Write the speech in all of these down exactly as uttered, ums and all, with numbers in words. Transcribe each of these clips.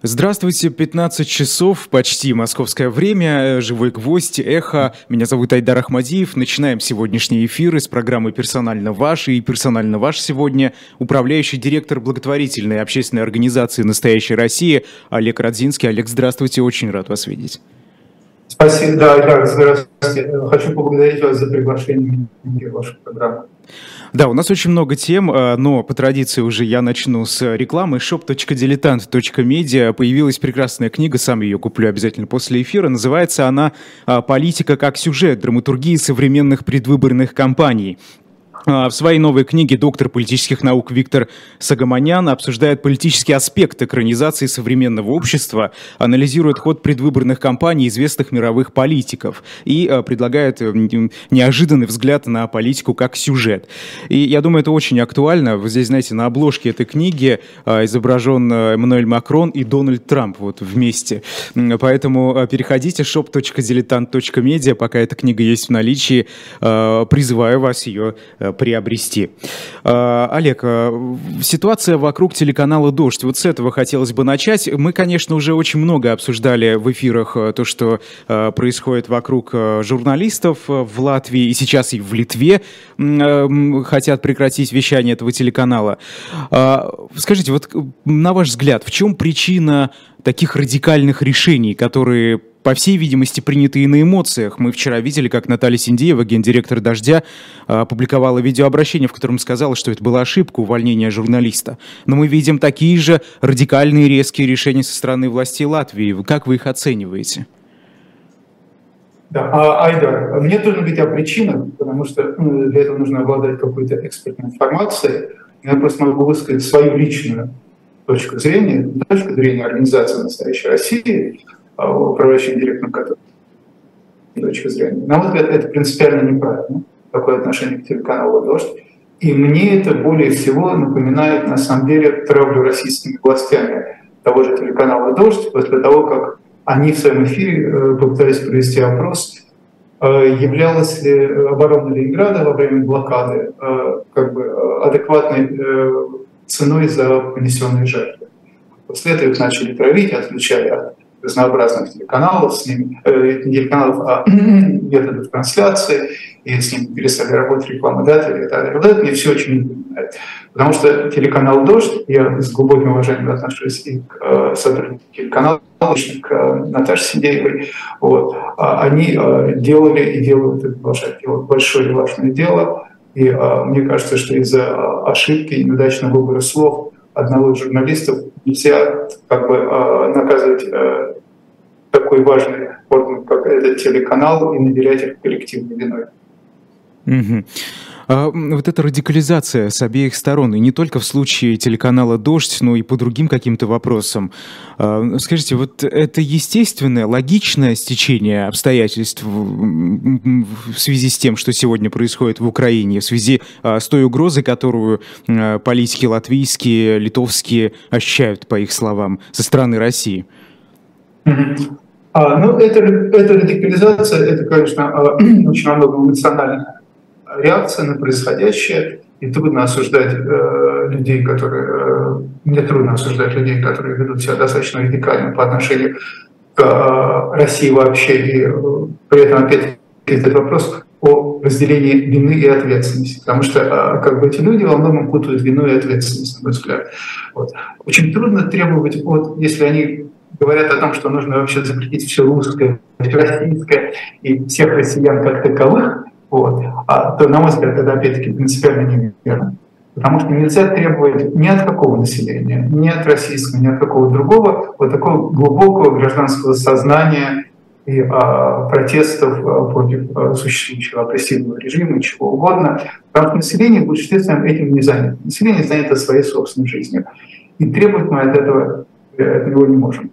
Здравствуйте, пятнадцать часов, почти московское время, живой гвоздь, эхо. Меня зовут Айдар Ахмадиев. Начинаем сегодняшний эфир из программы «Персонально ваш». И «Персонально ваш» сегодня управляющий директор благотворительной общественной организации «Настоящая Россия» Олег Радзинский. Олег, здравствуйте, очень рад вас видеть. Спасибо, да, Айдар, здравствуйте. Хочу поблагодарить вас за приглашение в вашу программу. Да, у нас очень много тем, но по традиции уже я начну с рекламы. шоп точка дилетант точка медиа. Появилась прекрасная книга, сам ее куплю обязательно после эфира. Называется она «Политика как сюжет. Драматургии современных предвыборных кампаний». В своей новой книге доктор политических наук Виктор Согомонян обсуждает политический аспект экранизации современного общества, анализирует ход предвыборных кампаний известных мировых политиков и предлагает неожиданный взгляд на политику как сюжет. И я думаю, это очень актуально. Вот здесь, знаете, на обложке этой книги изображен Эммануэль Макрон и Дональд Трамп вот вместе. Поэтому переходите в шоп точка дилетант точка медиа, пока эта книга есть в наличии. Призываю вас ее приобрести. Олег, ситуация вокруг телеканала «Дождь». Вот с этого хотелось бы начать. Мы, конечно, уже очень много обсуждали в эфирах то, что происходит вокруг журналистов в Латвии и сейчас и в Литве хотят прекратить вещание этого телеканала. Скажите, вот на ваш взгляд, в чем причина таких радикальных решений, которые, по всей видимости, приняты на эмоциях? Мы вчера видели, как Наталья Синдеева, гендиректор «Дождя», опубликовала видеообращение, в котором сказала, что это была ошибка увольнения журналиста. Но мы видим такие же радикальные резкие решения со стороны властей Латвии. Как вы их оцениваете? Да, Айдар, мне трудно говорить о причинах, потому что ну, для этого нужно обладать какой-то экспертной информацией. Я просто могу высказать свою личную точку зрения, точку зрения организации «Настоящей России», управляющим директором которой точка зрения. На мой взгляд, это принципиально неправильно, такое отношение к телеканалу «Дождь». И мне это более всего напоминает, на самом деле, травлю российскими властями того же телеканала «Дождь», после того, как они в своем эфире попытались провести опрос, являлась ли оборона Ленинграда во время блокады как бы адекватной ценой за понесенные жертвы. После этого их начали травить, отключали от разнообразных телеканалов, с ними, э, телеканалов, а методов трансляции, и с ними перестали работать рекламодатели и так далее. Вот это мне все очень напоминает. Потому что телеканал «Дождь», я с глубоким уважением отношусь и к э, сотрудникам телеканала, к э, Наташе Синдеевой, вот, а они э, делали и делают, и продолжают делать большое и важное дело. И э, мне кажется, что из-за ошибки и неудачного выбора слов одного из журналистов нельзя как бы э, наказывать э, такой важный орган, как этот телеканал, и наделять их коллективной виной. Угу. А вот эта радикализация с обеих сторон, и не только в случае телеканала «Дождь», но и по другим каким-то вопросам. А, скажите, вот это естественное, логичное стечение обстоятельств в, в связи с тем, что сегодня происходит в Украине, в связи а, с той угрозой, которую а, политики латвийские, литовские ощущают, по их словам, со стороны России? Mm-hmm. А, ну, это, это радикализация, это, конечно, очень много эмоциональная реакция на происходящее, и трудно осуждать э, людей, которые... Э, мне трудно осуждать людей, которые ведут себя достаточно радикально по отношению к э, России вообще, и э, при этом, опять-таки, этот вопрос о разделении вины и ответственности, потому что э, как бы эти люди во многом путают вину и ответственность, на мой взгляд. Вот. Очень трудно требовать, вот, если они говорят о том, что нужно вообще запретить все русское, все российское и всех россиян как таковых, вот, а, то, на мой взгляд, это опять-таки принципиально неверно. Потому что нельзя требовать ни от какого населения, ни от российского, ни от какого другого вот такого глубокого гражданского сознания и а, протестов а, против а, существующего опрессивного режима и чего угодно. Потому что население в большинстве своем этим не занято. Население занято своей собственной жизнью. И требовать мы от этого от него не можем.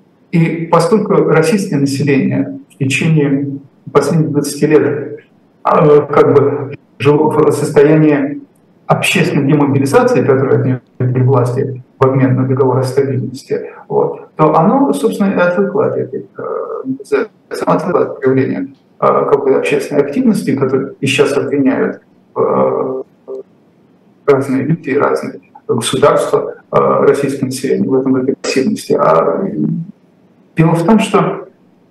И поскольку российское население в течение последних двадцати лет как бы жило в состоянии общественной демобилизации, которая отняли власти в обмен на договор о стабильности, вот, то оно, собственно, и отвыкло от этой, отвыкло от проявления какой-то общественной активности, которую и сейчас обвиняют разные люди, разные государства российское население в этом этой пассивности. А дело в том, что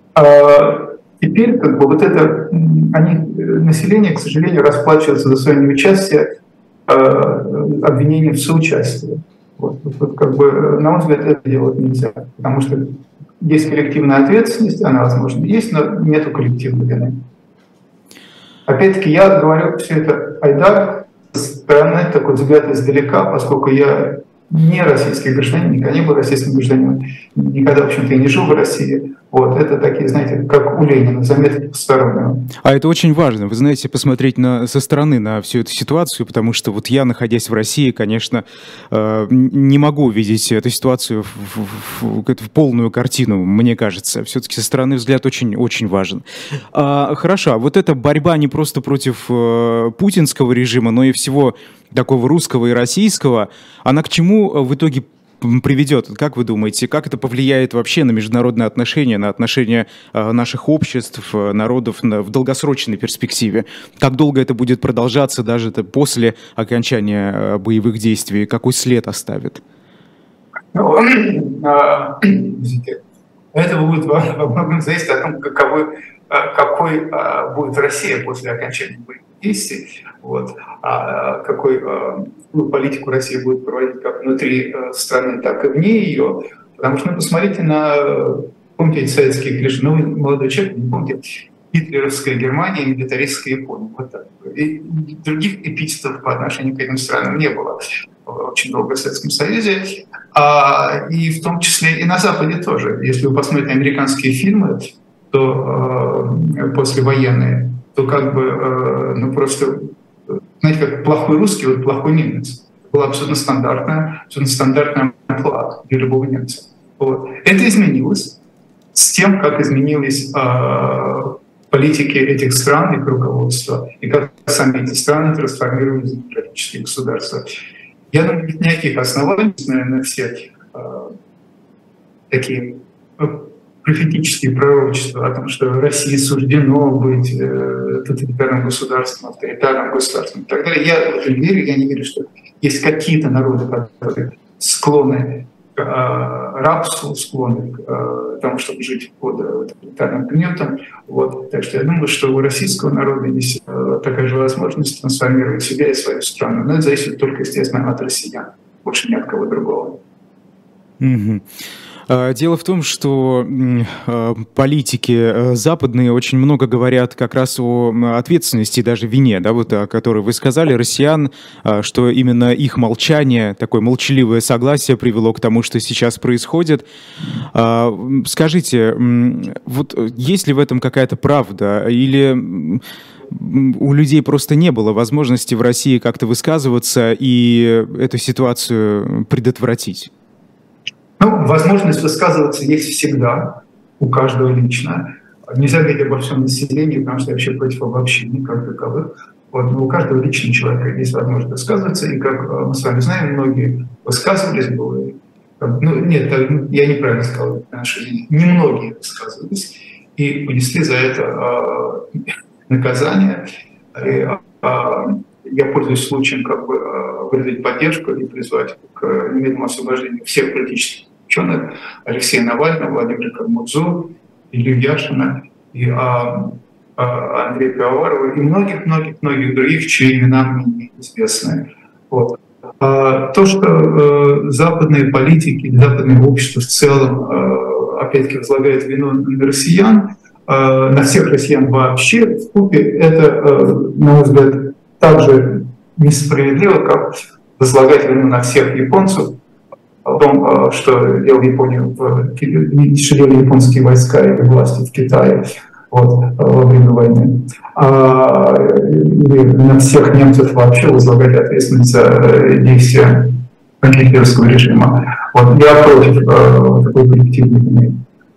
теперь как бы вот это они, население, к сожалению, расплачивается за свое неучастие обвинением в соучастии. Вот, вот, как бы, на мой взгляд, это делать нельзя, потому что есть коллективная ответственность, она, возможно, есть, но нету коллективной вины. Опять-таки, я говорю все это, айдар, со стороны такой взгляд издалека, поскольку я не российский гражданин, никогда не был российским гражданином, никогда, в общем-то, и не жил в России. Вот, это такие, знаете, как у Ленина, заметки постороннего. А это очень важно, вы знаете, посмотреть на, со стороны на всю эту ситуацию, потому что вот я, находясь в России, конечно, э, не могу увидеть эту ситуацию в, в, в, в полную картину, мне кажется. Все-таки со стороны взгляд очень-очень важен. А, хорошо, а вот эта борьба не просто против э, путинского режима, но и всего такого русского и российского, она к чему в итоге приведет? Как вы думаете, как это повлияет вообще на международные отношения, на отношения э, наших обществ, народов на, в долгосрочной перспективе? Как долго это будет продолжаться даже это после окончания э, боевых действий? Какой след оставит? Ну, а, это будет во многом зависеть от того, каковы, какой а, будет Россия после окончания боевых действий, вот, а какой а, ну, политику Россия будет проводить как внутри а, страны, так и вне ее. Потому что, ну, посмотрите на, помните эти советские клише, ну, молодой человек, не помните, гитлеровская Германия и милитаристская Япония. Вот так. И других эпитетов по отношению к этим странам не было очень долго в Советском Союзе, а, и в том числе и на Западе тоже. Если вы посмотрите американские фильмы, то э, послевоенные, то как бы, э, ну просто, знаете, как плохой русский, вот плохой немец. Это была абсолютно стандартная, абсолютно стандартная амплуа для любого немца. Вот. Это изменилось с тем, как изменились э, политики этих стран, их руководство, и как сами эти страны трансформировались в демократические государства. Я думаю, нет никаких оснований, наверное, все э, такие профетические пророчества о том, что России суждено быть э, тоталитарным государством, авторитарным государством и так далее. Я в это не верю, я не верю, что есть какие-то народы, которые склонны к э, рабству, склонны к э, тому, чтобы жить под э, тоталитарным гнетом. Вот. Так что я думаю, что у российского народа есть э, такая же возможность трансформировать себя и свою страну. Но это зависит только, естественно, от россиян, больше ни от кого другого. Mm-hmm. Дело в том, что политики западные очень много говорят как раз о ответственности и даже вине, да, вот о которой вы сказали, россиян, что именно их молчание, такое молчаливое согласие привело к тому, что сейчас происходит. Скажите, вот есть ли в этом какая-то правда, или у людей просто не было возможности в России как-то высказываться и эту ситуацию предотвратить? Ну, возможность высказываться есть всегда, у каждого лично. Нельзя говорить обо всем населении, потому что я вообще против обобщений как таковых. Вот, но у каждого лично человека есть возможность высказываться, и, как мы с вами знаем, многие высказывались, было, ну, нет, я неправильно сказал, немногие высказывались, и понесли за это э, наказание. И, э, я пользуюсь случаем как бы выразить поддержку и призвать к немедленному освобождению всех политических ученых: Алексея Навального, Владимира Карамурзу, Илью Яшина и а, а, Андрея Пивоварова и многих-многих-многих других, чьи имена мне неизвестны. Вот. А, то, что э, западные политики, западное общество в целом, э, опять-таки, возлагает вину на россиян, э, на всех россиян вообще, вкупе, это, э, на мой взгляд, так же несправедливо, как возлагать вину на всех японцев о том, что делал Японию, что делали японские войска и власти в Китае вот, во время войны. А, и на всех немцев вообще возлагать ответственность за действия гитлеровского режима. Вот, я против э, такой коллективной вины.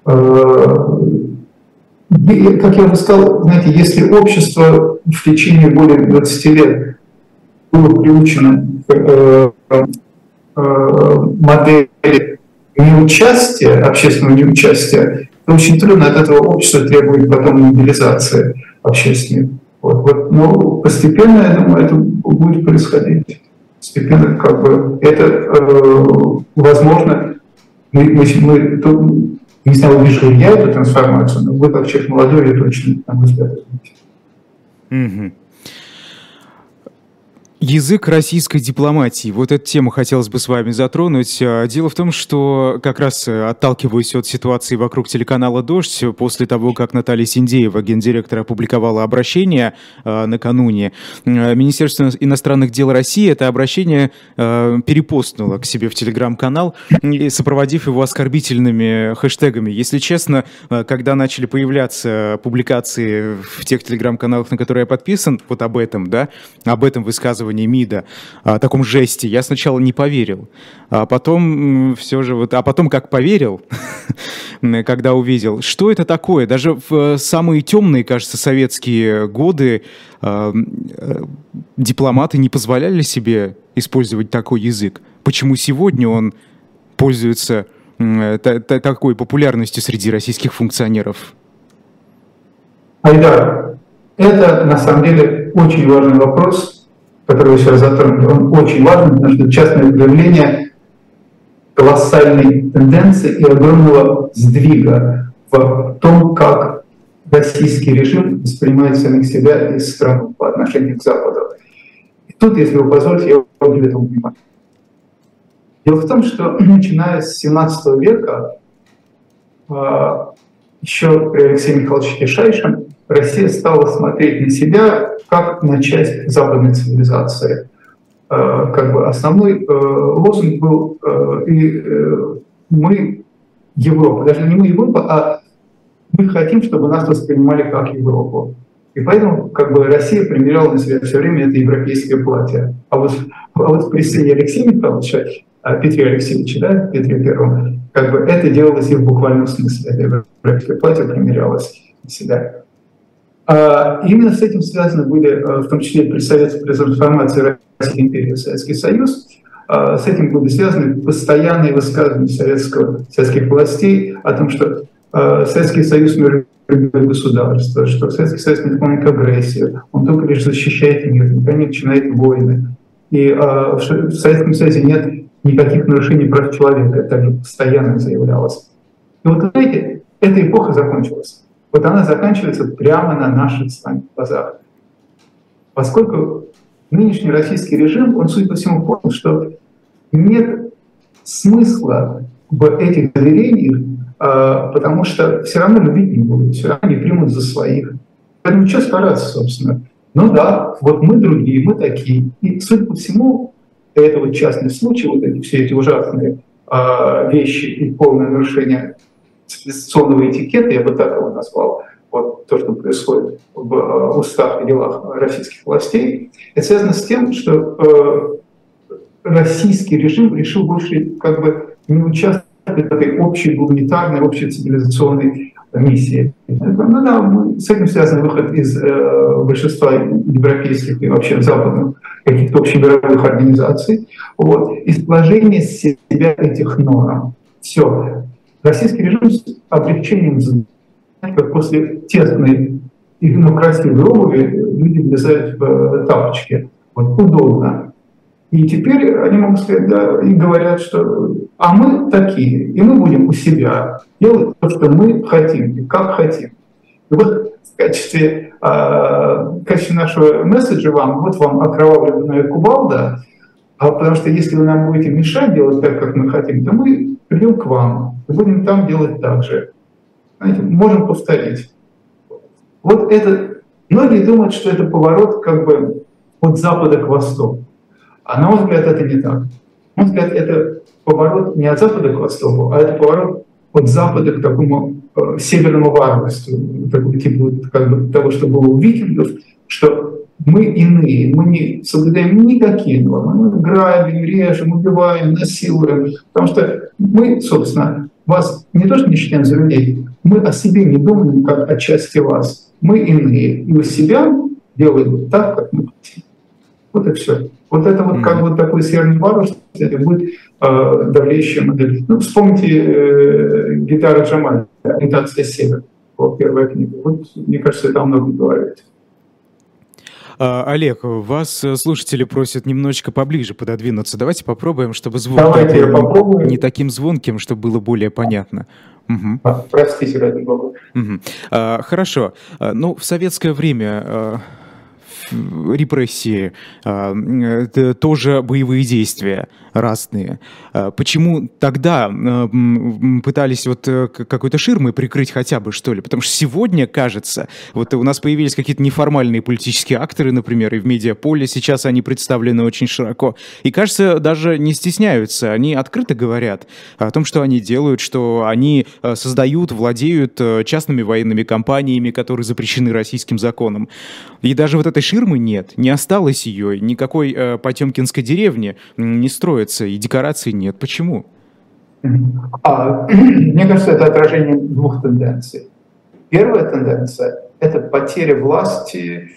Как я уже сказал, знаете, если общество в течение более двадцати лет было приучено к э, э, модели неучастия, общественного неучастия, то очень трудно от этого общества требовать потом мобилизации общественной. Вот, вот, но постепенно, я думаю, это будет происходить. Постепенно, как бы, это э, возможно, мы, мы, мы то, не знаю, увижу ли я эту трансформацию, но вы, как человек молодой, я точно, на мой взгляд, mm-hmm. Язык российской дипломатии. Вот эту тему хотелось бы с вами затронуть. Дело в том, что как раз отталкиваясь от ситуации вокруг телеканала «Дождь», после того, как Наталья Синдеева, гендиректор, опубликовала обращение э, накануне, э, Министерство иностранных дел России это обращение э, перепостнуло к себе в телеграм-канал, сопроводив его оскорбительными хэштегами. Если честно, э, когда начали появляться публикации в тех телеграм-каналах, на которые я подписан, вот об этом, да, об этом высказывании МИДа, о таком жесте, я сначала не поверил, а потом все же вот, а потом как поверил, когда увидел, что это такое. Даже в самые темные, кажется, советские годы э, дипломаты не позволяли себе использовать такой язык. Почему сегодня он пользуется э, та, та, такой популярностью среди российских функционеров? Айдар, это на самом деле очень важный вопрос, который вы сейчас затронули. Он очень важен, потому что частное проявление колоссальной тенденции и огромного сдвига в том, как российский режим воспринимает самих себя и страну по отношению к Западу. И тут, если вы позволите, я уделю этому внимание. Дело в том, что начиная с семнадцатого века, еще при Алексее Михайловиче Тишайшем, Россия стала смотреть на себя как на часть западной цивилизации. Как бы основной лозунг был и мы Европа, даже не мы Европа, а мы хотим, чтобы нас воспринимали как Европу. И поэтому как бы Россия примеряла на себя все время это европейское платье. А вот, а вот при сыне Алексея Михайловича, Петре Алексеевиче, да, Петре Первом, как бы это делалось и в буквальном смысле. Это европейское платье примерялось на себя. А именно с этим связаны были, в том числе при советской трансформации Российской империи в Советский Союз, с этим были связаны постоянные высказывания советского, советских властей о том, что Советский Союз миролюбивое государство, что Советский Союз не склонен к агрессии, он только лишь защищает мир, никогда не начинает войны. И в Советском Союзе нет никаких нарушений прав человека, это также постоянно заявлялось. И вот, знаете, эта эпоха закончилась. Вот она заканчивается прямо на наших с вами глазах. Поскольку нынешний российский режим, он, судя по всему, понял, что нет смысла в этих заверениях, потому что все равно любить не будут, все равно не примут за своих. Поэтому что стараться, собственно? Ну да, вот мы другие, мы такие. И, судя по всему, это вот частный случай, вот эти, все эти ужасные вещи и полное нарушение цивилизационного этикета, я бы так его назвал, вот то, что происходит в устах и делах российских властей, это связано с тем, что э, российский режим решил больше как бы не участвовать в этой общей гуманитарной, общей цивилизационной миссии. Ну да, мы, с этим связан выход из э, большинства европейских и вообще западных каких-то общемировых организаций, вот, и сложение с себя этих норм. Все. Российский режим с облегчением, как после тесной и ну, красивой обуви люди влезают в тапочки. Вот, удобно. И теперь они могут сказать, да, и говорят, что а мы такие, и мы будем у себя делать то, что мы хотим, и как хотим. И вот в качестве, э, в качестве нашего месседжа вам, вот вам окровавленная кувалда, а потому что если вы нам будете мешать делать так, как мы хотим, то мы придем к вам и будем там делать так же. Знаете, можем повторить. Вот это, многие думают, что это поворот как бы от запада к востоку. А на мой взгляд, это не так. На мой взгляд, это поворот не от запада к востоку, а это поворот от запада к такому э, северному варварству, такому типу как бы, того, что было у викингов, что мы иные, мы не соблюдаем никакие нормы, мы грабим, режем, убиваем, насилуем, потому что мы, собственно, вас не то что не считаем за людей, мы о себе не думаем как о части вас. Мы иные, и у себя делаем так, как мы хотим. Вот и все. Вот это вот mm-hmm. как бы такой северный варварство, это будет э, давлеющая модель. Ну, вспомните э, гитара Джамаля, «Ориентация севера», первая книга. Вот, мне кажется, это о многом говорит. А, Олег, вас слушатели просят немножечко поближе пододвинуться. Давайте попробуем, чтобы звук Давайте был я попробую. не таким звонким, чтобы было более понятно. Угу. А, простите, ради бога. Угу. А, хорошо. А, ну, в советское время... А... репрессии, тоже боевые действия разные. Почему тогда пытались вот какой-то ширмой прикрыть хотя бы, что ли? Потому что сегодня, кажется, вот у нас появились какие-то неформальные политические акторы, например, и в медиаполе сейчас они представлены очень широко. И, кажется, даже не стесняются. Они открыто говорят о том, что они делают, что они создают, владеют частными военными компаниями, которые запрещены российским законом. И даже вот этой ширмы нет, не осталось ее, никакой э, потемкинской деревни не строится, и декораций нет. Почему? А, мне кажется, это отражение двух тенденций. Первая тенденция – это потеря власти,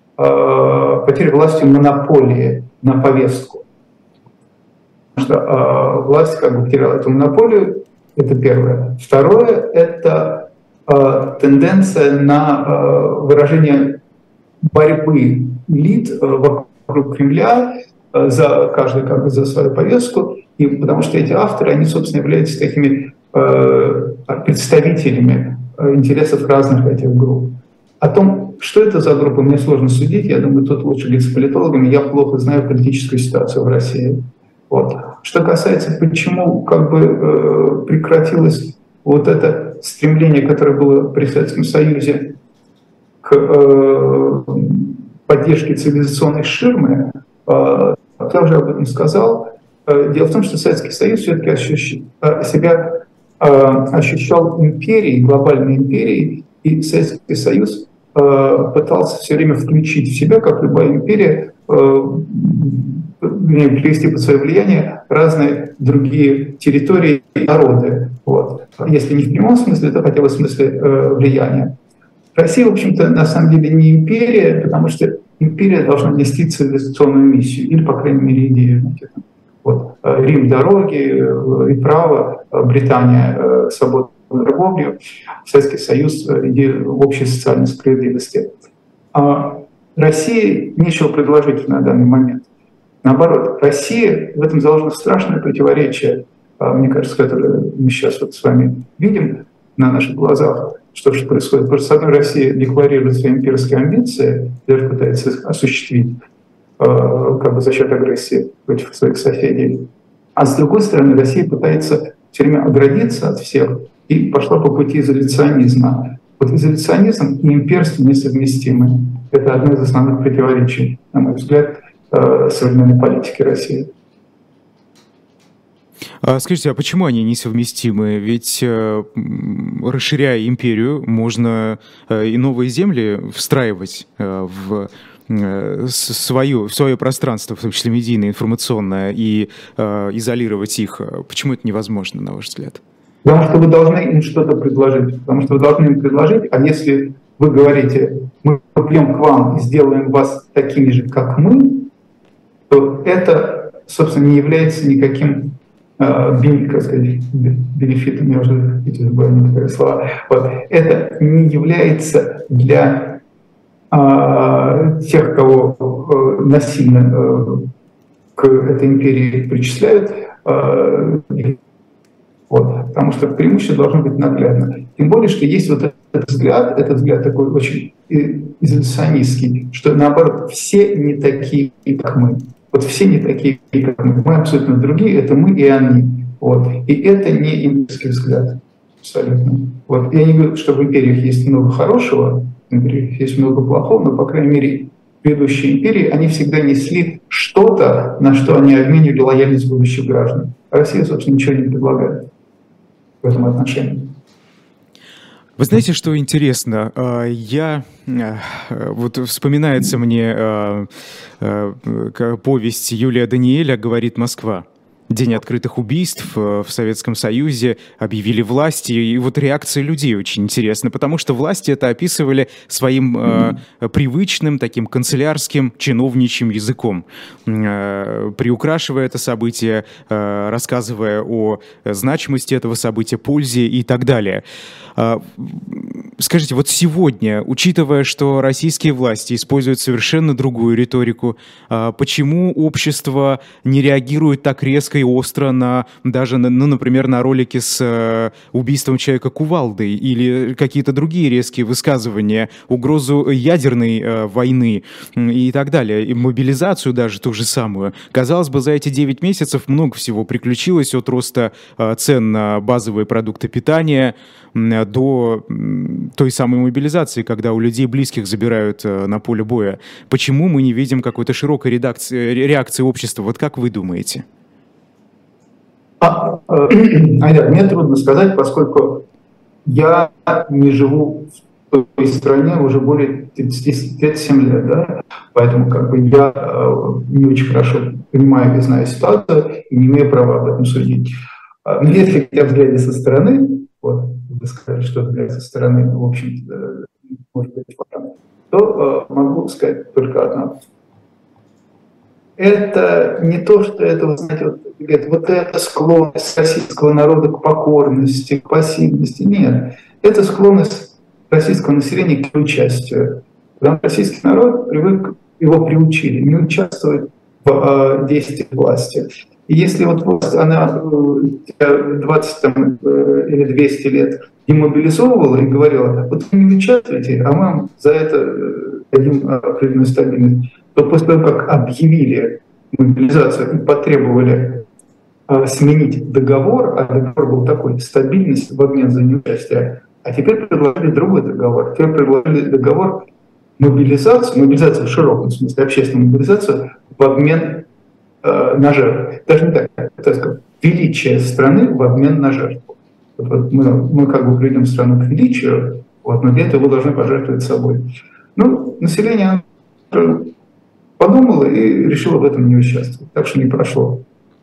э, потеря власти монополии на повестку. Потому что э, власть как бы потеряла эту монополию, это первое. Второе – это э, тенденция на э, выражение борьбы элит вокруг Кремля за каждый как бы за свою повестку, и потому что эти авторы, они, собственно, являются такими э, представителями интересов разных этих групп. О том, что это за группы, мне сложно судить, я думаю, тут лучше говорить с политологами, я плохо знаю политическую ситуацию в России. Вот. Что касается, почему как бы э, прекратилось вот это стремление, которое было при Советском Союзе к э, поддержке цивилизационной ширмы, э, я уже об этом сказал. Э, дело в том, что Советский Союз все-таки ощущ... э, себя э, ощущал империей, глобальной империей, и Советский Союз э, пытался все время включить в себя, как любая империя, э, привести под свое влияние разные другие территории и народы. Вот. Если не в прямом смысле, то хотя бы в смысле э, влияния. Россия, в общем-то, на самом деле не империя, потому что империя должна нести цивилизационную миссию, или, по крайней мере, идею. Вот. Рим — дороги и право, Британия — свободную торговлю, Советский Союз — идею общей социальной справедливости. А России нечего предложить на данный момент. Наоборот, Россия, в этом заложено страшное противоречие, мне кажется, которое мы сейчас вот с вами видим на наших глазах. Что же происходит? Потому что, с одной, Россия декларирует свои имперские амбиции, даже пытается их осуществить э, как бы за счет агрессии против своих соседей. А с другой стороны, Россия пытается все время оградиться от всех и пошла по пути изоляционизма. Вот изоляционизм и имперство несовместимы. Это одно из основных противоречий, на мой взгляд, э, современной политики России. Скажите, а почему они несовместимы? Ведь э, расширяя империю, можно э, и новые земли встраивать э, в, э, свое, в свое пространство, в том числе медийное, информационное, и э, изолировать их. Почему это невозможно, на ваш взгляд? Потому что вы должны им что-то предложить. Потому что вы должны им предложить, а если вы говорите, мы придем к вам и сделаем вас такими же, как мы, то это, собственно, не является никаким как сказать, бенефитом, я уже забываю некоторые слова. Вот. Это не является для а, тех, кого а, насильно а, к этой империи причисляют, а, вот, потому что преимущество должно быть наглядно. Тем более, что есть вот этот взгляд, этот взгляд такой очень изоляционистский, что наоборот все не такие, как мы. Вот все не такие, как мы. Мы абсолютно другие, это мы и они. Вот. И это не имперский взгляд. Абсолютно. Вот. Я не говорю, что в империях есть много хорошего, в империях есть много плохого, но, по крайней мере, предыдущие империи, они всегда несли что-то, на что они обменивали лояльность будущих граждан. А Россия, собственно, ничего не предлагает в этом отношении. Вы знаете, что интересно? Я... Вот вспоминается мне повесть Юлия Даниэля «Говорит Москва». День открытых убийств в Советском Союзе, объявили власти, и вот реакция людей очень интересна, потому что власти это описывали своим э, привычным, таким канцелярским, чиновничьим языком, э, приукрашивая это событие, э, рассказывая о значимости этого события, пользе и так далее. Скажите, вот сегодня, учитывая, что российские власти используют совершенно другую риторику, почему общество не реагирует так резко и остро на даже, ну, например, на ролики с убийством человека кувалдой или какие-то другие резкие высказывания, угрозу ядерной войны и так далее, и мобилизацию даже ту же самую? Казалось бы, за эти девять месяцев много всего приключилось, от роста цен на базовые продукты питания до той самой мобилизации, когда у людей близких забирают на поле боя. Почему мы не видим какой-то широкой редакции, реакции общества? Вот как вы думаете? А, э, Айдар, мне трудно сказать, поскольку я не живу в той стране уже более тридцати семи лет, да? Поэтому как бы я э, не очень хорошо понимаю и знаю ситуацию и не имею права об этом судить. Но если я взгляну со стороны, вот, вы сказали, что взгляд со стороны, в общем-то, может быть, то э, могу сказать только одно. Это не то, что это, вы знаете, вот, говорят, вот это склонность российского народа к покорности, к пассивности. Нет, это склонность российского населения к участию. Потому что российский народ привык, его приучили не участвовать в э, действиях власти. И если вот власть, она двадцать там, или двести лет демобилизовывала и говорила, вот вы не участвуете, а мы вам за это дадим определенную стабильность, то после того, как объявили мобилизацию и потребовали э, сменить договор, а договор был такой, стабильность в обмен за неучастие, а теперь предложили другой договор. Теперь предложили договор мобилизацию, мобилизацию в широком смысле, общественную мобилизацию в обмен э, на жертву. Даже не так, это сказать, величие страны в обмен на жертву. Вот, вот мы, мы как бы придем страну к величию, вот, но для этого вы должны пожертвовать собой. Ну, население подумала и решила в этом не участвовать. Так что не прошло.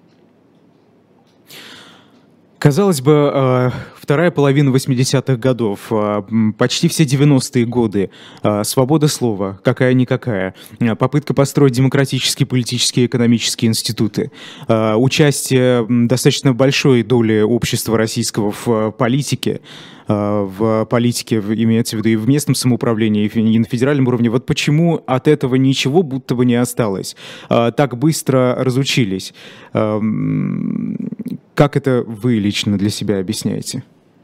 Казалось бы, вторая половина восьмидесятых годов, почти все девяностые годы, свобода слова, какая-никакая, попытка построить демократические, политические, экономические институты, участие достаточно большой доли общества российского в политике, в политике, имеется в виду и в местном самоуправлении, и на федеральном уровне. Вот почему от этого ничего будто бы не осталось? Так быстро разучились. Как это вы лично для себя объясняете?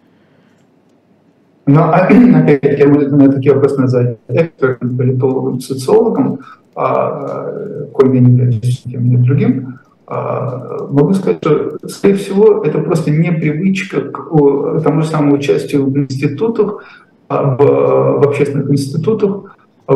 Ну, опять-таки, я буду на такие вопросы назвать экспертом, политологом, социологом, коим я не являюсь тем ни другим. Могу сказать, что, скорее всего, это просто непривычка к тому же самому участию в институтах, в, в общественных институтах,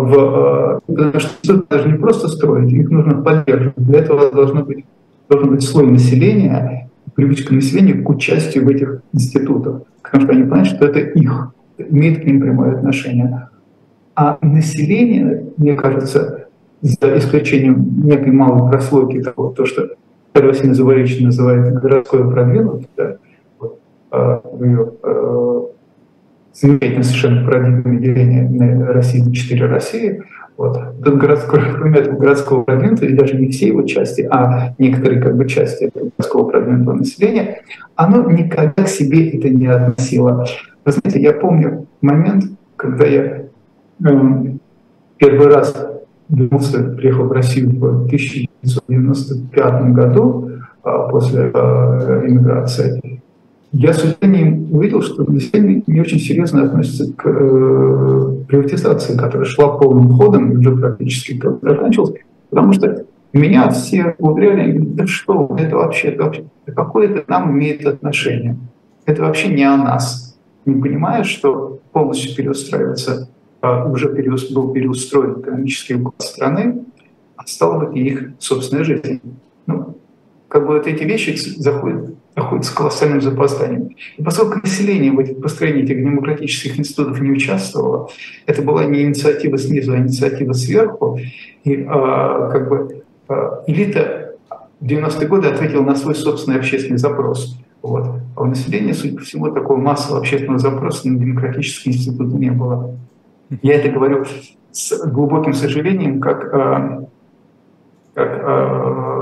в, потому что даже не просто строить, их нужно поддерживать. Для этого должно быть, должен быть слой населения, привычка населения к участию в этих институтах, потому что они понимают, что это их, имеет к ним прямое отношение. А население, мне кажется, за исключением некой малой прослойки того, то, что Наталья Васильевна Зубаревич называет городское продвинутое, да, вот, э, в ее э, замечательном совершенно парадигме деления на России на четыре России, вот, этот городской, кроме этого городского продвинутого, и даже не все его части, а некоторые как бы части этого городского продвинутого населения, оно никогда к себе это не относило. Вы знаете, я помню момент, когда я э, первый раз вернулся, приехал в Россию в тысяча девятьсот девяносто пятом году а, после а, эмиграции, я с удивлением увидел, что население не очень серьезно относится к э, приватизации, которая шла полным ходом и уже практически заканчивалась, потому что меня все уверяли, говорят, да что, это вообще, это вообще, какое это нам имеет отношение? Это вообще не о нас. Не понимая, что полностью переустраивается уже был переустроен экономический уклад страны, а стала быть и их собственная жизнь. Ну, как бы вот эти вещи заходят, заходят с колоссальным запозданием. И поскольку население в этих построении этих демократических институтов не участвовало, это была не инициатива снизу, а инициатива сверху, и а, как бы а, элита в девяностые годы ответила на свой собственный общественный запрос. Вот. А у населения, судя по всему, такого массового общественного запроса на демократические институты не было. Я это говорю с глубоким сожалением, как, как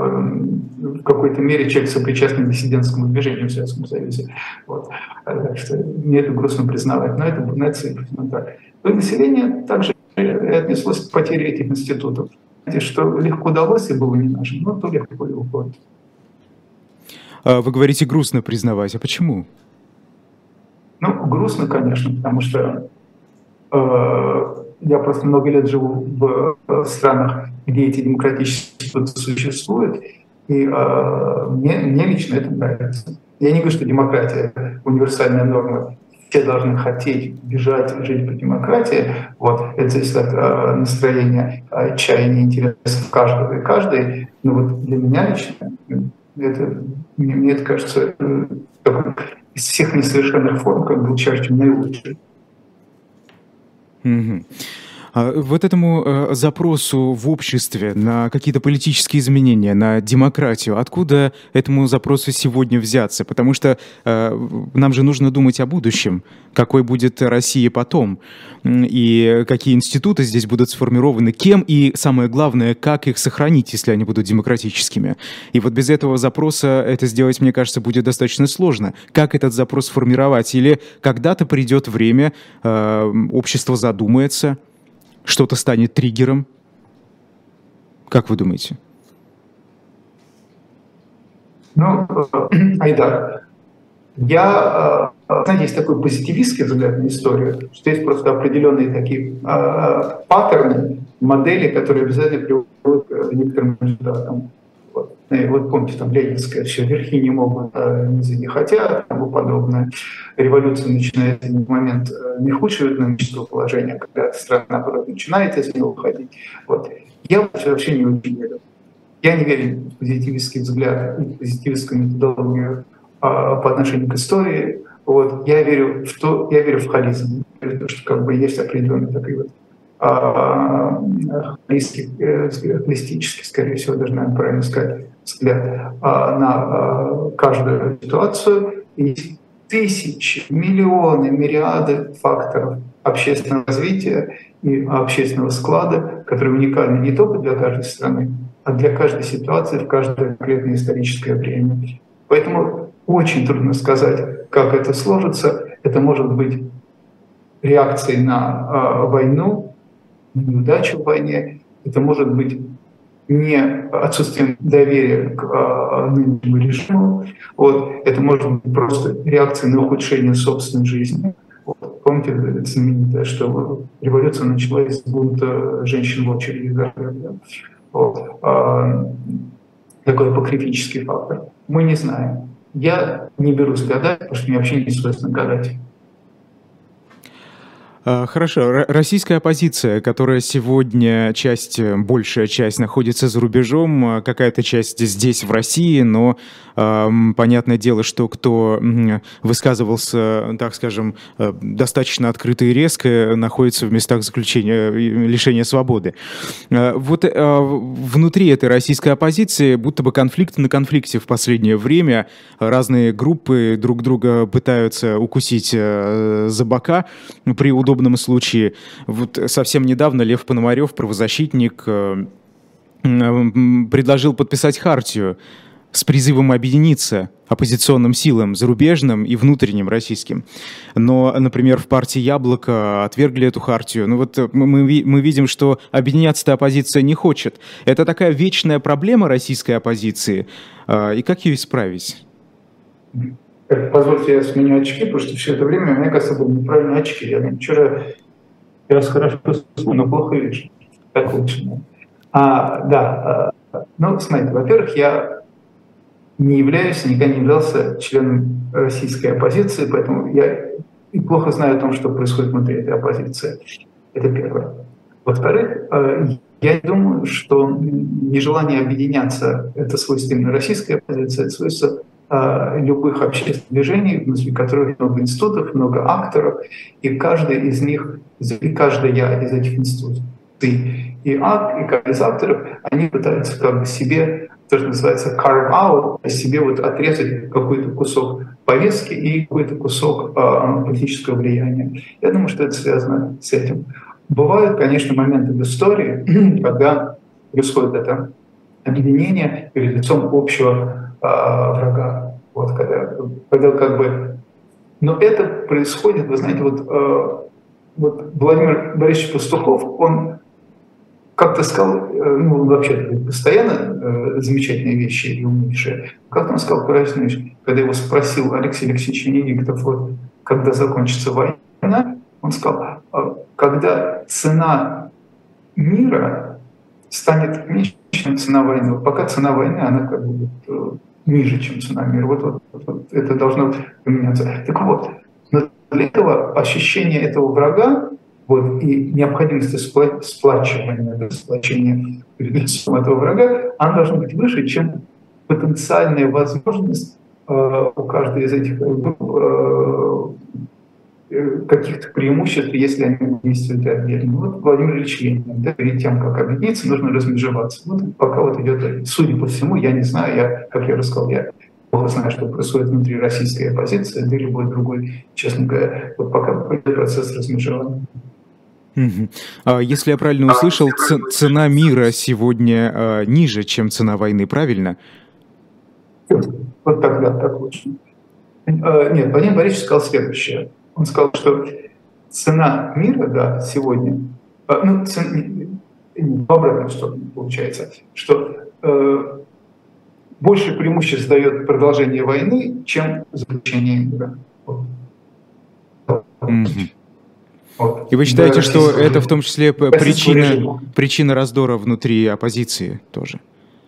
в какой-то мере человек сопричастный к диссидентскому движению в Советском Союзе. Вот. Так что мне это грустно признавать, но это, но это совершенно так. То население также отнеслось к потере этих институтов. Что легко удалось и было не нашим, но то легко и уходит. Вы говорите грустно признавать, а почему? Ну, грустно, конечно, потому что э, я просто много лет живу в, в странах, где эти демократические институты существуют, и э, мне, мне лично это нравится. Я не говорю, что демократия — универсальная норма. Все должны хотеть бежать, жить по демократии. Вот. Это зависит от э, настроения, отчаяния, интересов каждого и каждой. Но вот для меня лично, это, мне, мне это кажется, э, из всех несовершенных форм, как бы чаще наилучший. Mm-hmm. Вот этому запросу в обществе на какие-то политические изменения, на демократию, откуда этому запросу сегодня взяться? Потому что э, нам же нужно думать о будущем, какой будет Россия потом, и какие институты здесь будут сформированы, кем, и самое главное, как их сохранить, если они будут демократическими. И вот без этого запроса это сделать, мне кажется, будет достаточно сложно. Как этот запрос сформировать? Или когда-то придет время, э, общество задумается, что-то станет триггером? Как вы думаете? Ну, Айдар, я, знаете, есть такой позитивистский взгляд на историю, что есть просто определенные такие э, паттерны, модели, которые обязательно приводят к некоторым результатам. Вот, и вот помните, там ленинская, все верхи не могут, а низы не хотят, и тому подобное. Революция начинается в момент наихудшего экономического положения, когда страна, наоборот, начинает из него уходить. Вот. Я вообще не очень верю. Я не верю в позитивистский взгляд и позитивистскую методологию а, по отношению к истории. Вот. Я верю в то, я верю в холизм. Я верю в то, что как бы есть определенный такой вот холистический, скорее всего, даже, наверное, правильно сказать, взгляд на каждую ситуацию. И тысячи, миллионы, мириады факторов общественного развития и общественного склада, которые уникальны не только для каждой страны, а для каждой ситуации в каждое конкретное историческое время. Поэтому очень трудно сказать, как это сложится. Это может быть реакцией на войну, неудачу в войне, это может быть не отсутствием доверия к а, нынешнему режиму, вот, это может быть просто реакцией на ухудшение собственной жизни. Вот, помните, это знаменитое, что революция началась с бунта женщин в очереди. Да? Вот, а, такой апокрифический фактор. Мы не знаем. Я не берусь гадать, потому что мне вообще не свойственно гадать. Хорошо. Российская оппозиция, которая сегодня часть, большая часть находится за рубежом, какая-то часть здесь, в России, но э, понятное дело, что кто высказывался, так скажем, достаточно открыто и резко, находится в местах заключения, лишения свободы. Вот э, внутри этой российской оппозиции будто бы конфликт на конфликте в последнее время. Разные группы друг друга пытаются укусить э, за бока при удобном случае. Вот совсем недавно Лев Пономарев, правозащитник, предложил подписать хартию с призывом объединиться оппозиционным силам, зарубежным и внутренним российским. Но, например, в партии «Яблоко» отвергли эту хартию. Ну вот мы, мы видим, что объединяться-то оппозиция не хочет. Это такая вечная проблема российской оппозиции. И как ее исправить? Позвольте, я сменю очки, потому что все это время, мне кажется, были неправильные очки. Я вчера я вас хорошо слышу, но плохо вижу. Так лучше. А, да, ну, смотрите, во-первых, я не являюсь, никогда не являлся членом российской оппозиции, поэтому я и плохо знаю о том, что происходит внутри этой оппозиции. Это первое. Во-вторых, я думаю, что нежелание объединяться — это свойственно российской оппозиции, это свойство любых общественных движений, внутри которых много институтов, много акторов, и каждый из них, и каждая из этих институтов, ты и ак, и каждый из авторов, они пытаются как бы себе, то, что называется carve out, себе вот отрезать какой-то кусок повестки и какой-то кусок а, политического влияния. Я думаю, что это связано с этим. Бывают, конечно, моменты в истории, когда происходит это объединения перед лицом общего э, врага. Вот, когда, когда как бы... Но это происходит, вы знаете, вот, э, вот Владимир Борисович Пастухов, он как-то сказал, э, ну, он вообще постоянно э, замечательные вещи и умнейшие, как он сказал поразительную вещь, когда его спросил Алексей Алексеевич Венедиктов, вот, когда закончится война, он сказал, когда цена мира станет меньше, чем цена войны. Вот пока цена войны, она как бы вот, ниже, чем цена мира. Вот, вот, вот, вот это должно поменяться. Так вот, для этого ощущение этого врага вот, и необходимости спла- сплачивания, сплочения перед лицом этого врага, она должна быть выше, чем потенциальная возможность э, у каждой из этих групп э, каких-то преимуществ, если они действуют отдельно. Вот Владимир Ильич Ленин, да, перед тем, как объединиться, нужно размежеваться. Вот пока вот идет, судя по всему, я не знаю, я, как я рассказал, я плохо знаю, что происходит внутри российской оппозиции, да и любой другой, честно говоря, вот пока идет процесс размежевания. Угу. Если я правильно услышал, ц- цена мира сегодня а, ниже, чем цена войны, правильно? Вот тогда так лучше. Нет, Владимир Борисович сказал следующее. Он сказал, что цена мира, да, сегодня, ну, цена, в обратную сторону получается, что э, больше преимуществ дает продолжение войны, чем заключение мира. Вот. Mm-hmm. Вот. И вы считаете, да, что это в том числе причина, причина раздора внутри оппозиции тоже?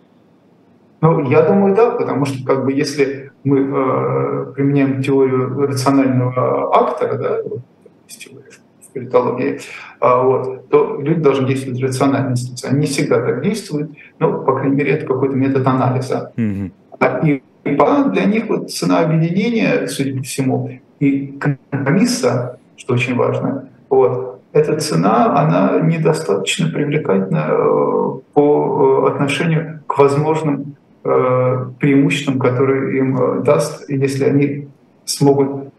Ну, я думаю, да, потому что как бы если мы э, применяем теорию рационального актора, да, вот, в политологии, а, вот, то люди должны действовать рационально. Они не всегда так действуют, но, по крайней мере, это какой-то метод анализа. Mm-hmm. А, и, и для них вот цена объединения, судя по всему, и компромисса, что очень важно, вот, эта цена, она недостаточно привлекательна э, по отношению к возможным преимуществам, которые им даст, если они смогут,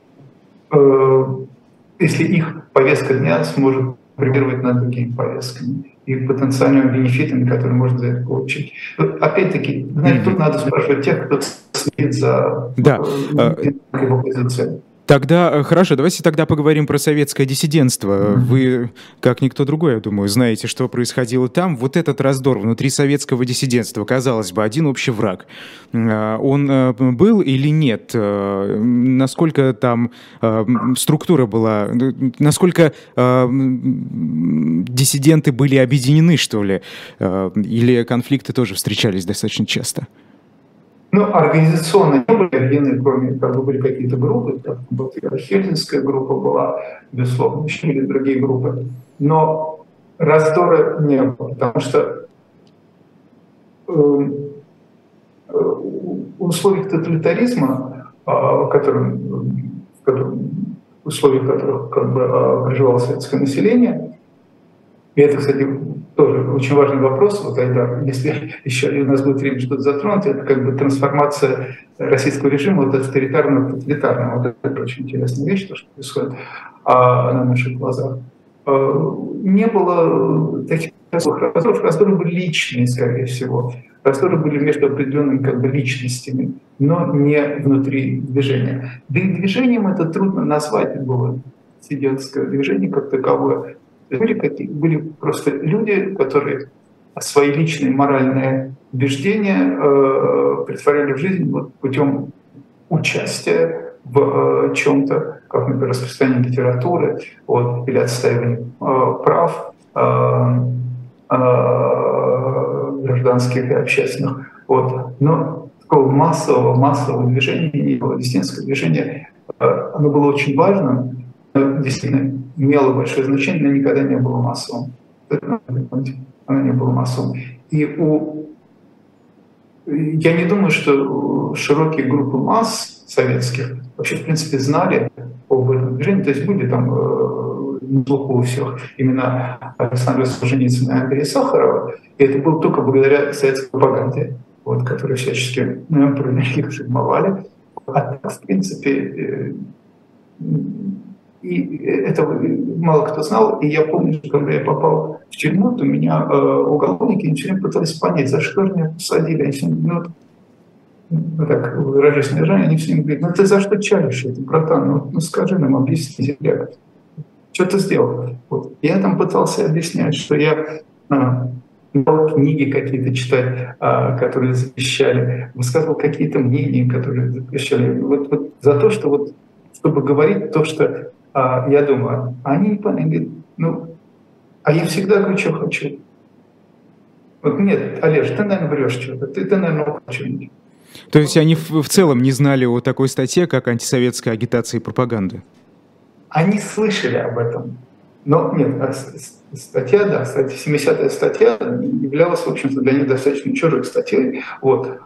если их повестка дня сможет премировать над другими повестками и потенциальными бенефитами, которые можно за это получить. Опять-таки, знаете, mm-hmm. тут надо спрашивать тех, кто следит за да. его позицией. Тогда, хорошо, давайте тогда поговорим про советское диссидентство. Вы, как никто другой, я думаю, знаете, что происходило там. Вот этот раздор внутри советского диссидентства, казалось бы, один общий враг. Он был или нет? Насколько там структура была? Насколько диссиденты были объединены, что ли? Или конфликты тоже встречались достаточно часто? Ну, организационно не были объединены, кроме, как бы, были какие-то группы, как вот Хельсинская группа была, безусловно, еще были другие группы, но раздора не было, потому что э, в условиях тоталитаризма, э, в котором, в котором, в условиях которых как бы, э, проживало советское население, и это, кстати, тоже очень важный вопрос, вот, Айдар, если еще у нас будет время что-то затронуть, это как бы трансформация российского режима от авторитарного к тоталитарному. Вот это очень интересная вещь, то, что происходит а, на наших глазах. А, не было таких раздоров, раздоры были личные, скорее всего. Раздоры были между определенными как бы, личностями, но не внутри движения. Да и движением это трудно назвать, это было диссидентское движение как таковое. Были, были просто люди, которые свои личные моральные убеждения э, претворяли в жизнь вот, путем участия в э, чем-то, как, например, распространение литературы вот, или отстаивание э, прав э, э, гражданских и общественных. Вот. Но такого массового, массового движения не было. Диссидентское движение э, оно было очень важным, но действительно имело большое значение, но никогда не было массовым. Оно не было массовым. И у... я не думаю, что широкие группы масс советских вообще, в принципе, знали об этом движении. То есть были там э, неплохо у всех имена Александра Солженицына и Андрея Сахарова. И это было только благодаря советской пропаганде, вот, которую всячески ну, про них шельмовали. А так, в принципе, э, И этого мало кто знал. И я помню, что когда я попал в тюрьму, то меня э, уголовники они все время пытались понять, за что меня посадили. Они все время, ну, вот, так выражаясь на они все время говорят: ну ты за что чалишь это, братан? Ну, ну скажи нам, объясни земля, что ты сделал? Вот. Я там пытался объяснять, что я а, книги какие-то читать, а, которые запрещали, высказывал какие-то мнения, которые запрещали. Вот, вот за то, что вот, чтобы говорить то, что а, я думаю, они не поняли, говорят: ну, а я всегда говорю, что хочу. Вот нет, Олеж, ты, наверное, врешь что-то, ты, ты наверное, что-нибудь. То есть они в, в целом не знали о такой статье, как антисоветская агитация и пропаганда? Они слышали об этом. Но нет, статья, да, семидесятая статья являлась, в общем-то, для них достаточно чужой статьей. Вот.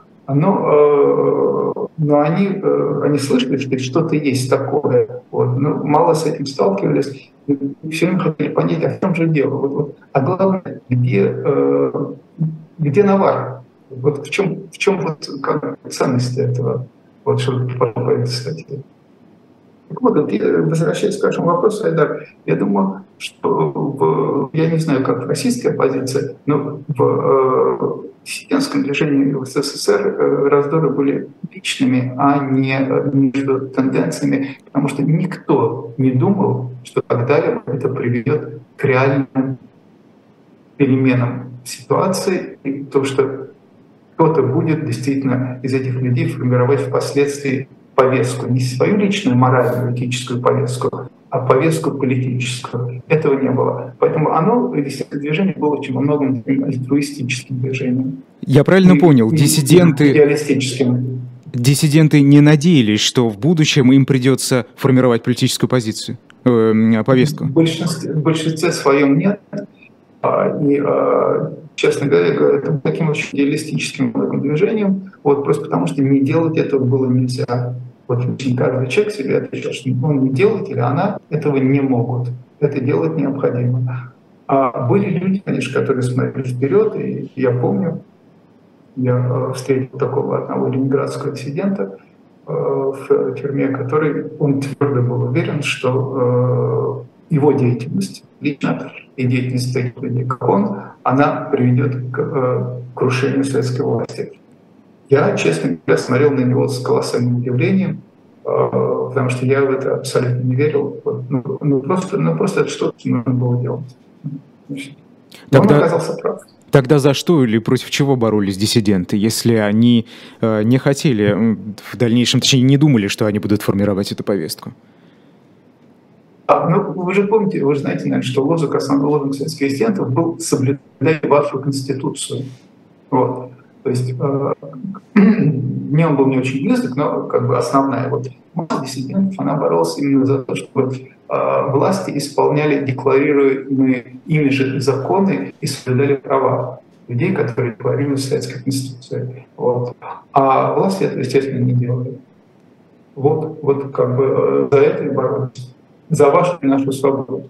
Но, э, но они, э, они слышали, что что-то есть такое. Вот. Но мало с этим сталкивались. И все время хотели понять, а в чем же дело. Вот, вот. А главное, где, э, где навар? Вот в чем, в чем вот, как, ценность этого, вот, что по этой статье. Вот, возвращаясь к вашему вопросу, Айдар, я думаю, что в, я не знаю, как российская позиция, но в э, диссидентском движении в СССР э, раздоры были личными, а не между тенденциями, потому что никто не думал, что когда-либо это приведет к реальным переменам ситуации, и то, что кто-то будет действительно из этих людей формировать впоследствии повестку, не свою личную моральную, этическую повестку, а повестку политическую. Этого не было. Поэтому оно, действительно, движение было очень во многом альтруистическим движением. Я правильно и, понял, и, диссиденты, идеалистическим. Диссиденты не надеялись, что в будущем им придется формировать политическую позицию, э, повестку? В большинстве, в большинстве своем нет. И, честно говоря, это было таким очень идеалистическим движением, вот, просто потому что не делать этого было нельзя. Вот очень каждый человек себе отвечал, что он не делает или она этого не могут. Это делать необходимо. А были люди, конечно, которые смотрели вперед, и я помню, я встретил такого одного ленинградского диссидента в тюрьме, который, он твердо был уверен, что его деятельность лично и деятельность таких людей, как он, она приведет к э, крушению советской власти. Я, честно говоря, смотрел на него с колоссальным удивлением, э, потому что я в это абсолютно не верил. Вот, ну, ну, просто, ну, просто это что-то нужно было делать. Но тогда, он оказался прав. Тогда за что или против чего боролись диссиденты, если они э, не хотели в дальнейшем, точнее, не думали, что они будут формировать эту повестку? А, ну, вы же помните, вы же знаете, наверное, что лозунг, основной лозунг советских диссидентов был «соблюдать вашу Конституцию». Вот. То есть э, мне он был не очень близок, но как бы основная вот масса диссидентов, она боролась именно за то, чтобы э, власти исполняли декларируемые ими же законы и соблюдали права людей, которые декларируют советской Конституцией. Вот. А власти это, естественно, не делали. Вот, вот как бы э, за это и боролись. За вашу и нашу свободу.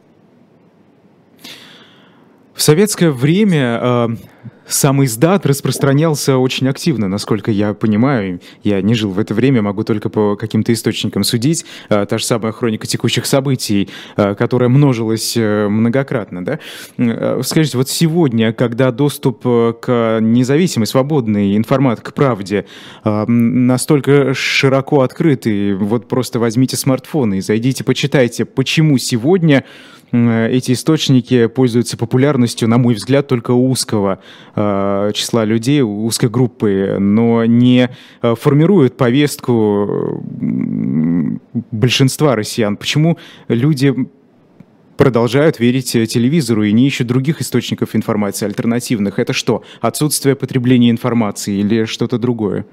В советское время э, сам издат распространялся очень активно, насколько я понимаю. Я не жил в это время, могу только по каким-то источникам судить. Э, та же самая хроника текущих событий, э, которая множилась э, многократно. Да? Э, скажите, вот сегодня, когда доступ к независимой, свободной информации, к правде э, настолько широко открытый, вот просто возьмите смартфоны и зайдите, почитайте, почему сегодня эти источники пользуются популярностью, на мой взгляд, только у узкого э, числа людей, узкой группы, но не э, формируют повестку большинства россиян. Почему люди продолжают верить телевизору и не ищут других источников информации, альтернативных? Это что, отсутствие потребления информации или что-то другое?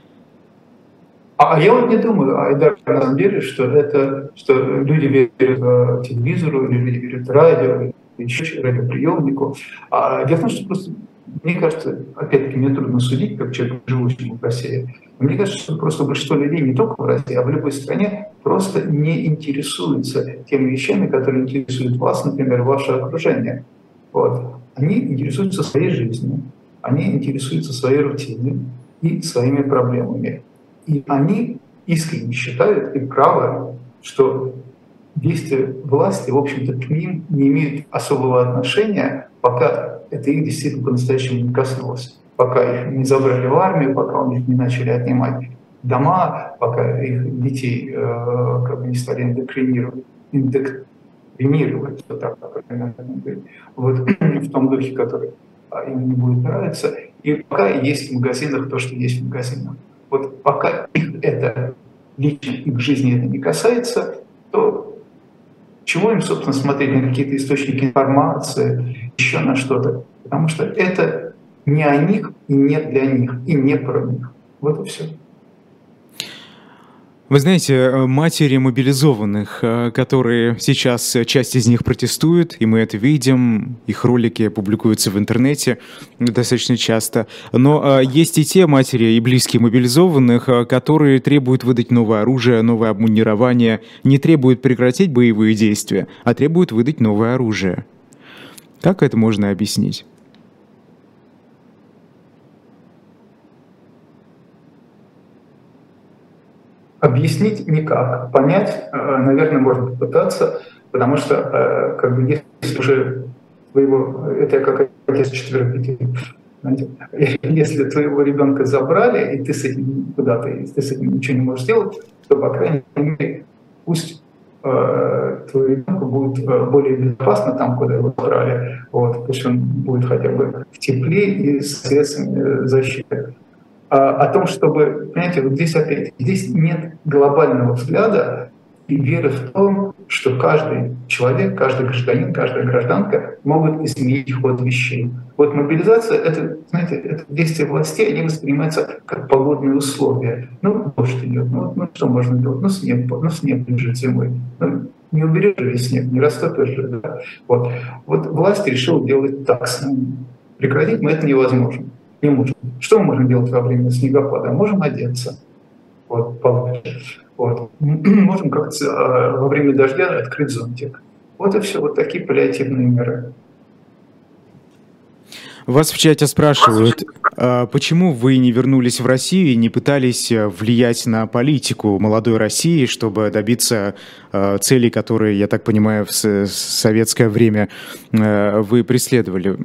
А я вот не думаю, Айдар, на самом деле, что это, что люди верят телевизору, или люди верят радио, или радиоприемнику. А дело в том, что просто, мне кажется, опять-таки, мне трудно судить, как человек, живущий в России, но мне кажется, что просто большинство людей не только в России, а в любой стране просто не интересуются теми вещами, которые интересуют вас, например, ваше окружение. Вот. Они интересуются своей жизнью, они интересуются своей рутиной и своими проблемами. И они искренне считают и правы, что действия власти, в общем-то, к ним не имеют особого отношения, пока это их действительно по-настоящему не коснулось. Пока их не забрали в армию, пока у них не начали отнимать дома, пока их детей э, как бы не стали индокринировать, индокринировать вот так, вот, в том духе, который им не будет нравиться, и пока есть в магазинах то, что есть в магазинах. Вот пока их это лично их жизни это не касается, то чего им, собственно, смотреть на какие-то источники информации, еще на что-то? Потому что это не о них и не для них, и не про них. Вот и все. Вы знаете, матери мобилизованных, которые сейчас, часть из них протестуют, и мы это видим, их ролики публикуются в интернете достаточно часто, но есть и те матери и близкие мобилизованных, которые требуют выдать новое оружие, новое обмундирование, не требуют прекратить боевые действия, а требуют выдать новое оружие. Как это можно объяснить? Объяснить никак, понять, наверное, можно попытаться, потому что, как бы, если уже твоего, это как отец четверых детей, если твоего ребенка забрали, и ты с этим куда-то, и ты с этим ничего не можешь сделать, то, по крайней мере, пусть э, твой ребенку будет более безопасно там, куда его забрали, вот, пусть он будет хотя бы в тепле и с средствами защиты. О том, чтобы, понимаете, вот здесь опять, здесь нет глобального взгляда и веры в том, что каждый человек, каждый гражданин, каждая гражданка могут изменить ход вещей. Вот мобилизация, это, знаете, это действие властей, они воспринимаются как погодные условия. Ну, дождь идет, ну, ну что можно делать? Ну, снег, ну, снег лежит зимой. Ну, не уберешь же снег, не растопишь же. Да? Вот. Вот власть решила делать так с нами. Прекратить мы это невозможно. Не можем. Что мы можем делать во время снегопада? Можем одеться. Вот, получше. Вот. Можем как-то э, во время дождя открыть зонтик. Вот и все. Вот такие паллиативные меры. Вас в чате спрашивают, а почему вы не вернулись в Россию и не пытались влиять на политику молодой России, чтобы добиться э, целей, которые, я так понимаю, в советское время э, вы преследовали?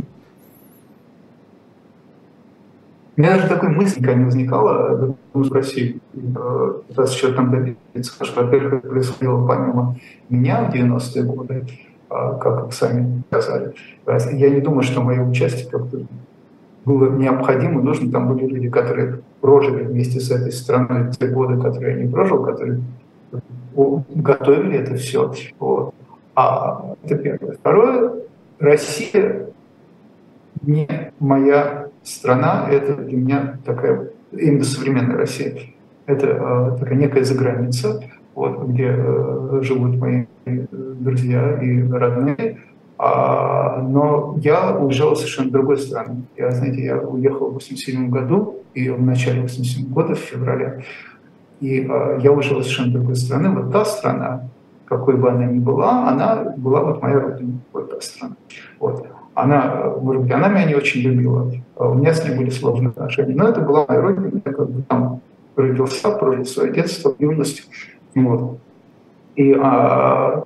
У меня даже такой мысли никогда не возникало в России, пытаться что-то там добиться, что, во-первых, это происходило помимо меня в девяностые годы, как вы сами сказали. Я не думаю, что мое участие как-то было необходимо, нужно. Там были люди, которые прожили вместе с этой страной те годы, которые я не прожил, которые готовили это все. Вот. А это первое. Второе, Россия не моя страна, это для меня такая, именно современная Россия, это э, такая некая заграница, вот, где э, живут мои друзья и родные, а, но я уезжал в совершенно другой стране. Я, знаете, я уехал в восемьдесят седьмом году, и в начале восемьдесят седьмого года, в феврале, и э, я уезжал из совершенно другой страны. Вот та страна, какой бы она ни была, она была вот моя родина, вот та страна. Вот. Она, может быть, она меня не очень любила, у меня с ней были сложные отношения, но это была моя родина, я как бы там родился, прожил свое детство, юность. Вот. И а,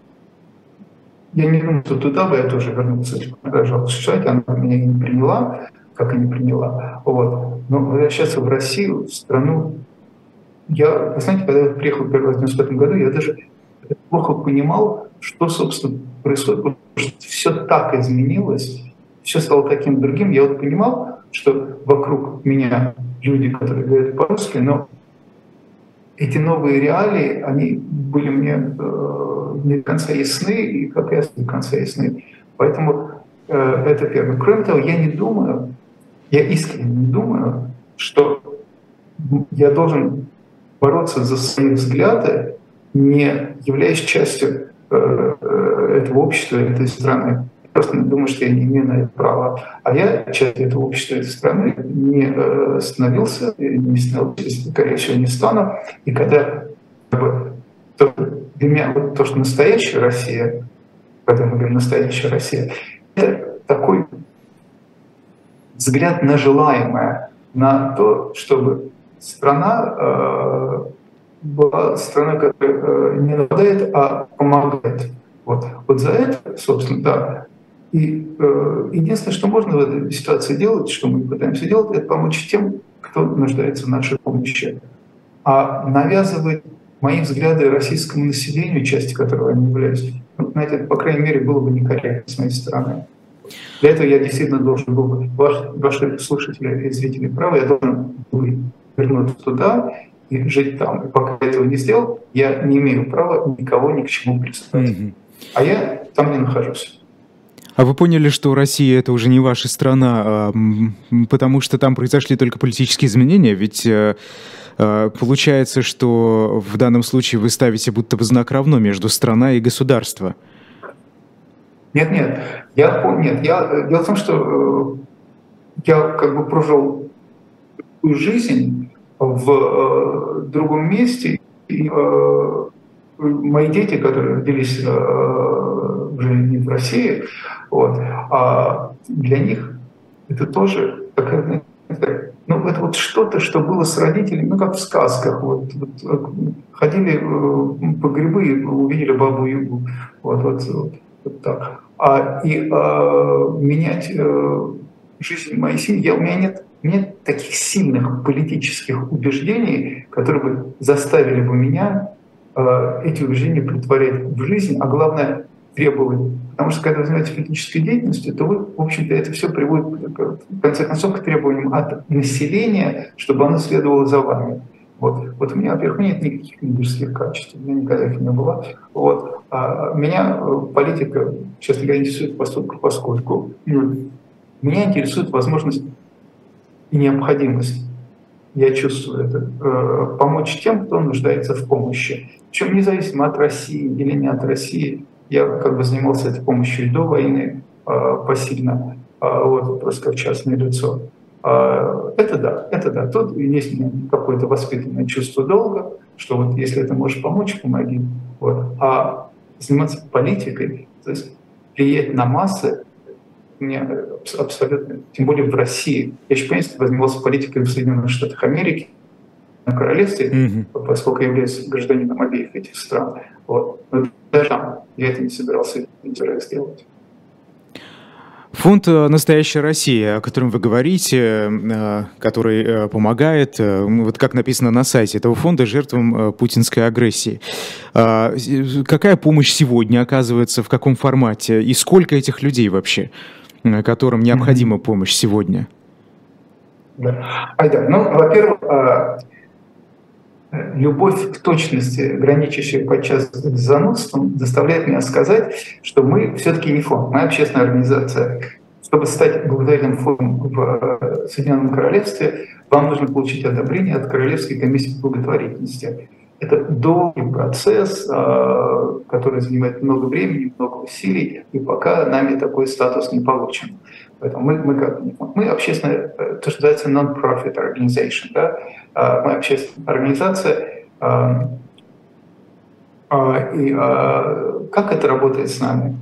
я не думаю, что туда бы я тоже вернулся, продолжал существовать, она меня не приняла, как и не приняла. Вот. Но возвращаться в Россию, в страну, я, вы знаете, когда я приехал первый раз в девяносто пятом году, я даже плохо понимал, что, собственно, происходит, потому что все так изменилось, все стало таким другим. Я вот понимал, что вокруг меня люди, которые говорят по-русски, но эти новые реалии, они были мне э, не до конца ясны, и как я до конца ясны. Поэтому э, это первое. Кроме того, я не думаю, я искренне не думаю, что я должен бороться за свои взгляды, не являясь частью э, этого общества, этой страны. Я просто думаю, что я не имею на это права. А я частью этого общества, этой страны не э, становился, не становился, скорее всего, не стану. И когда как бы, то, для меня вот то, что настоящая Россия, когда мы говорим «настоящая Россия», это такой взгляд на желаемое, на то, чтобы страна э, была страна, которая не нападает, а помогает. Вот, вот за это, собственно, да. И э, единственное, что можно в этой ситуации делать, что мы пытаемся делать, это помочь тем, кто нуждается в нашей помощи. А навязывать мои взгляды российскому населению, части которого я не являюсь, ну, знаете, это, по крайней мере, было бы некорректно с моей стороны. Для этого я действительно должен был бы, ваш, ваши слушатели и зрители правы, я должен был вернуться туда и жить там. И пока я этого не сделал, я не имею права никого ни к чему представить. Mm-hmm. А я там не нахожусь. А вы поняли, что Россия — это уже не ваша страна, потому что там произошли только политические изменения? Ведь получается, что в данном случае вы ставите будто бы знак равно между страной и государством. Нет, нет, я нет, я дело в том, что я как бы прожил такую жизнь в другом месте, и мои дети, которые родились уже не в России, вот, а для них это тоже такая, ну, это вот что-то, что было с родителями, ну, как в сказках. Вот, вот, ходили по грибы и увидели бабу-ягу. Вот, вот, вот, вот так. А, и а, менять а, жизнь моей семьи, я, у меня нет, нет таких сильных политических убеждений, которые бы заставили бы меня а, эти убеждения претворять в жизнь, а главное требовать. Потому что когда вы занимаетесь политической деятельностью, то вы, в общем-то, это все приводит, в конце концов, к требованиям от населения, чтобы оно следовало за вами. Вот, вот у меня, во-первых, нет никаких лидерских качеств, у меня никогда их не было. Вот. А меня политика, честно говоря, интересует постольку, поскольку меня интересует возможность и необходимость, я чувствую это, помочь тем, кто нуждается в помощи. Причем независимо от России или не от России. Я как бы занимался этой помощью и до войны э, посильно, э, вот, просто как частное лицо. Э, это да, это да. Тут есть какое-то воспитанное чувство долга, что вот если ты можешь помочь, помоги. Вот. А заниматься политикой, то есть влиять на массы, мне абсолютно, тем более в России. Я еще, конечно, занимался политикой в Соединенных Штатах Америки, на королевстве, mm-hmm. поскольку я являюсь гражданином обеих этих стран. Вот. Но даже там я это не собирался сделать. Фонд «Настоящая Россия», о котором вы говорите, который помогает, вот как написано на сайте этого фонда, жертвам путинской агрессии. Какая помощь сегодня оказывается, в каком формате? И сколько этих людей вообще, которым необходима mm-hmm. помощь сегодня? Да. Айдар, ну, во-первых, любовь к точности, граничащая подчас с занудством, заставляет меня сказать, что мы все-таки не фонд, мы общественная организация. Чтобы стать благотворительным фондом в Соединенном Королевстве, вам нужно получить одобрение от Королевской комиссии по благотворительности. Это долгий процесс, который занимает много времени, много усилий, и пока нами такой статус не получен. Поэтому мы, мы как мы общественная, то, что называется non-profit organization, да? Мы общественная организация. И как это работает с нами?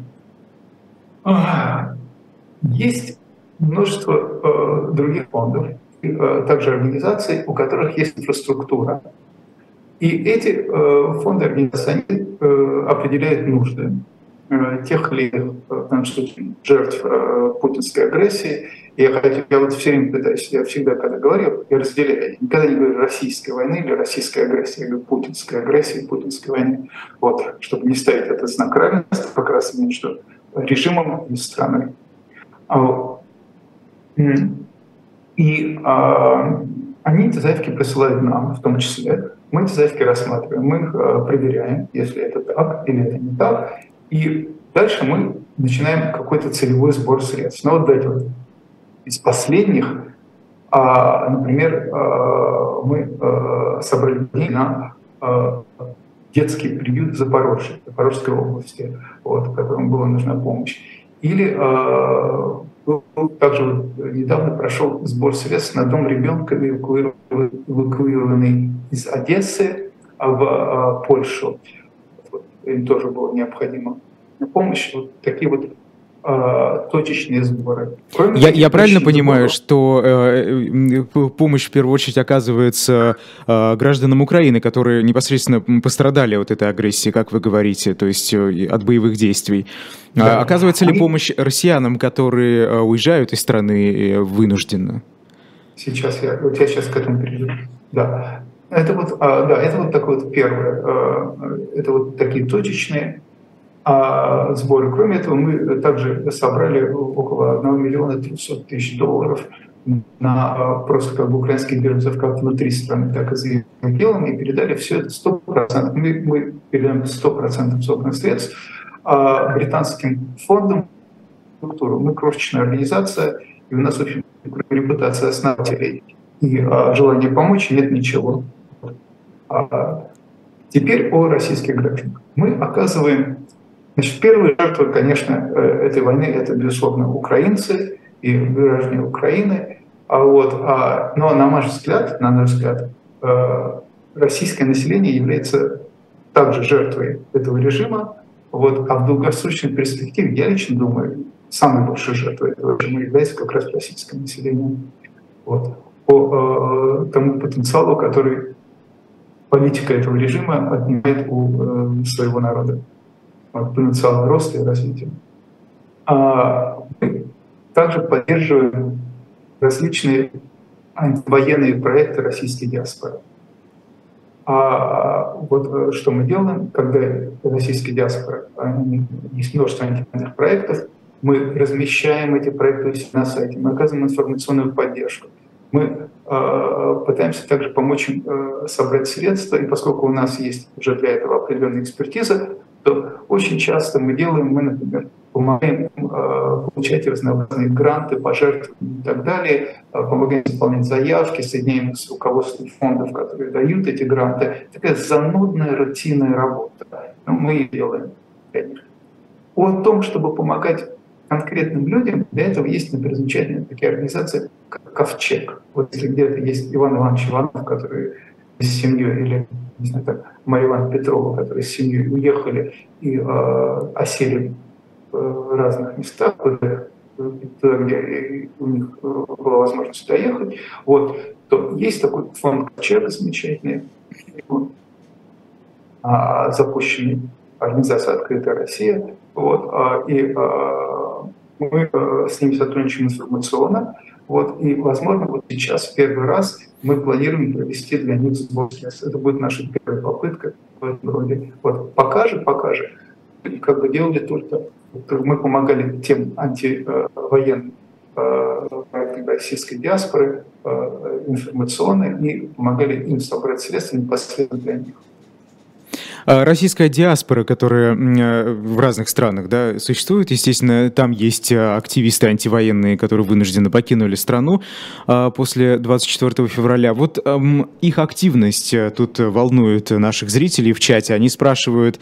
Есть множество других фондов, также организаций, у которых есть инфраструктура. И эти фонды организации они определяют нужды тех или иных, в данном случае, жертв путинской агрессии. Я, хотел, я вот все время пытаюсь, я всегда, когда говорю, я разделяю. Я никогда не говорю российской войны или российской агрессии, я говорю путинской агрессии, путинской войны. Вот, чтобы не ставить этот знак равенства как раз между режимом и страной. И а, они эти заявки присылают нам, в том числе. Мы эти заявки рассматриваем, мы их а, проверяем, если это так или это не так. И дальше мы начинаем какой-то целевой сбор средств. Но вот дайте вот из последних, а, например, а, мы а, собрали деньги на а, детский приют в Запорожье, в Запорожской области, вот, которому была нужна помощь. Или а, также вот недавно прошел сбор средств на дом ребенка, эвакуированный из Одессы в а, Польшу. Им тоже была необходима помощь. Вот такие вот э, точечные сборы. Кроме Я, этих я правильно понимаю, сборов, что э, помощь в первую очередь оказывается э, гражданам Украины, которые непосредственно пострадали от этой агрессии, как вы говорите, то есть э, от боевых действий. А да, оказывается ли мы помощь россиянам, которые э, уезжают из страны э, вынужденно? сейчас я, вот я сейчас к этому перейду. Да, это вот, а, да, это вот такое вот первое, а, это вот такие точечные а, сборы. Кроме этого, мы также собрали около одного миллиона трехсот тысяч долларов на а, просто как бы украинских беженцев как внутри страны, так и за ее пределами, и передали все это сто процентов. Мы, мы передаем сто процентов собственных средств а, британским фондам. Мы крошечная организация, и у нас, в общем, репутация основателей и а, желание помочь нет ничего. А, теперь о российских гражданах. Мы оказываем... Значит, первые жертвы, конечно, этой войны — это, безусловно, украинцы и граждане Украины. А вот, а, но, на наш взгляд, на наш взгляд, российское население является также жертвой этого режима. Вот, а в долгосрочной перспективе, я лично думаю, самой большой жертвой этого режима является как раз российское население. Вот. По э, тому потенциалу, который политика этого режима отнимает у э, своего народа. Потенциала роста и развития. А мы также поддерживаем различные антивоенные проекты российской диаспоры. А вот что мы делаем, когда российская диаспора, есть множество антивоенных проектов, мы размещаем эти проекты у себя на сайте, мы оказываем информационную поддержку. Мы э, пытаемся также помочь им э, собрать средства, и поскольку у нас есть уже для этого определенная экспертиза, то очень часто мы делаем, мы, например, помогаем им э, получать разнообразные гранты, пожертвования и так далее, э, помогаем заполнять заявки, соединяем с руководством фондов, которые дают эти гранты. Такая занудная, рутинная работа. Но мы ее делаем для них. О том, чтобы помогать конкретным людям, для этого есть, например, замечательные такие организации, как «Ковчег». Вот если где-то есть Иван Иванович Иванов, который с семьей, или, не знаю, так, Мария Ивановна Петрова, которые с семьей уехали и э, осели в разных местах, куда, туда, где у них была возможность доехать, вот, то есть такой фонд «Ковчег» замечательный, запущенный организацией «Открытая Россия». Вот, и мы с ними сотрудничаем информационно. Вот, и, возможно, вот сейчас, в первый раз, мы планируем провести для них сбор средств. Это будет наша первая попытка в этом роде. Вот, пока же, пока же, как бы делали только... Мы помогали тем антивоенным проектам российской диаспоры информационно и помогали им собрать средства непосредственно для них. Российская диаспора, которая в разных странах, да, существует, естественно, там есть активисты антивоенные, которые вынужденно покинули страну после двадцать четвёртого февраля. Вот их активность тут волнует наших зрителей в чате. Они спрашивают,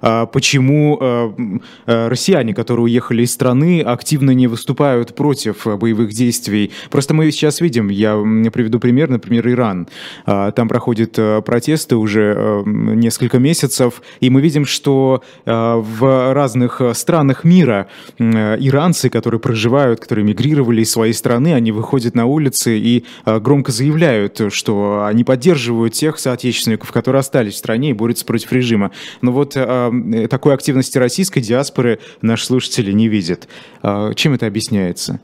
почему россияне, которые уехали из страны, активно не выступают против боевых действий. Просто мы сейчас видим, я приведу пример, например, Иран. Там проходят протесты уже несколько месяцев, и мы видим, что э, в разных странах мира э, иранцы, которые проживают, которые мигрировали из своей страны, они выходят на улицы и э, громко заявляют, что они поддерживают тех соотечественников, которые остались в стране и борются против режима. Но вот э, такой активности российской диаспоры наши слушатели не видят. Э, чем это объясняется?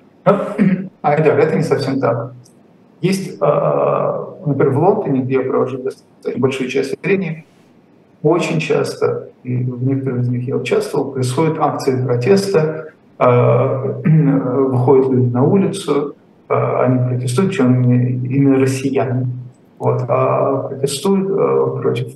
Айдар, это не совсем так. Есть, например, в Лондоне, где я провожу достаточно большую часть времени, очень часто, и в некоторых из них я участвовал, происходят акции протеста, выходят люди на улицу, они протестуют, причем именно россияне, вот, протестуют против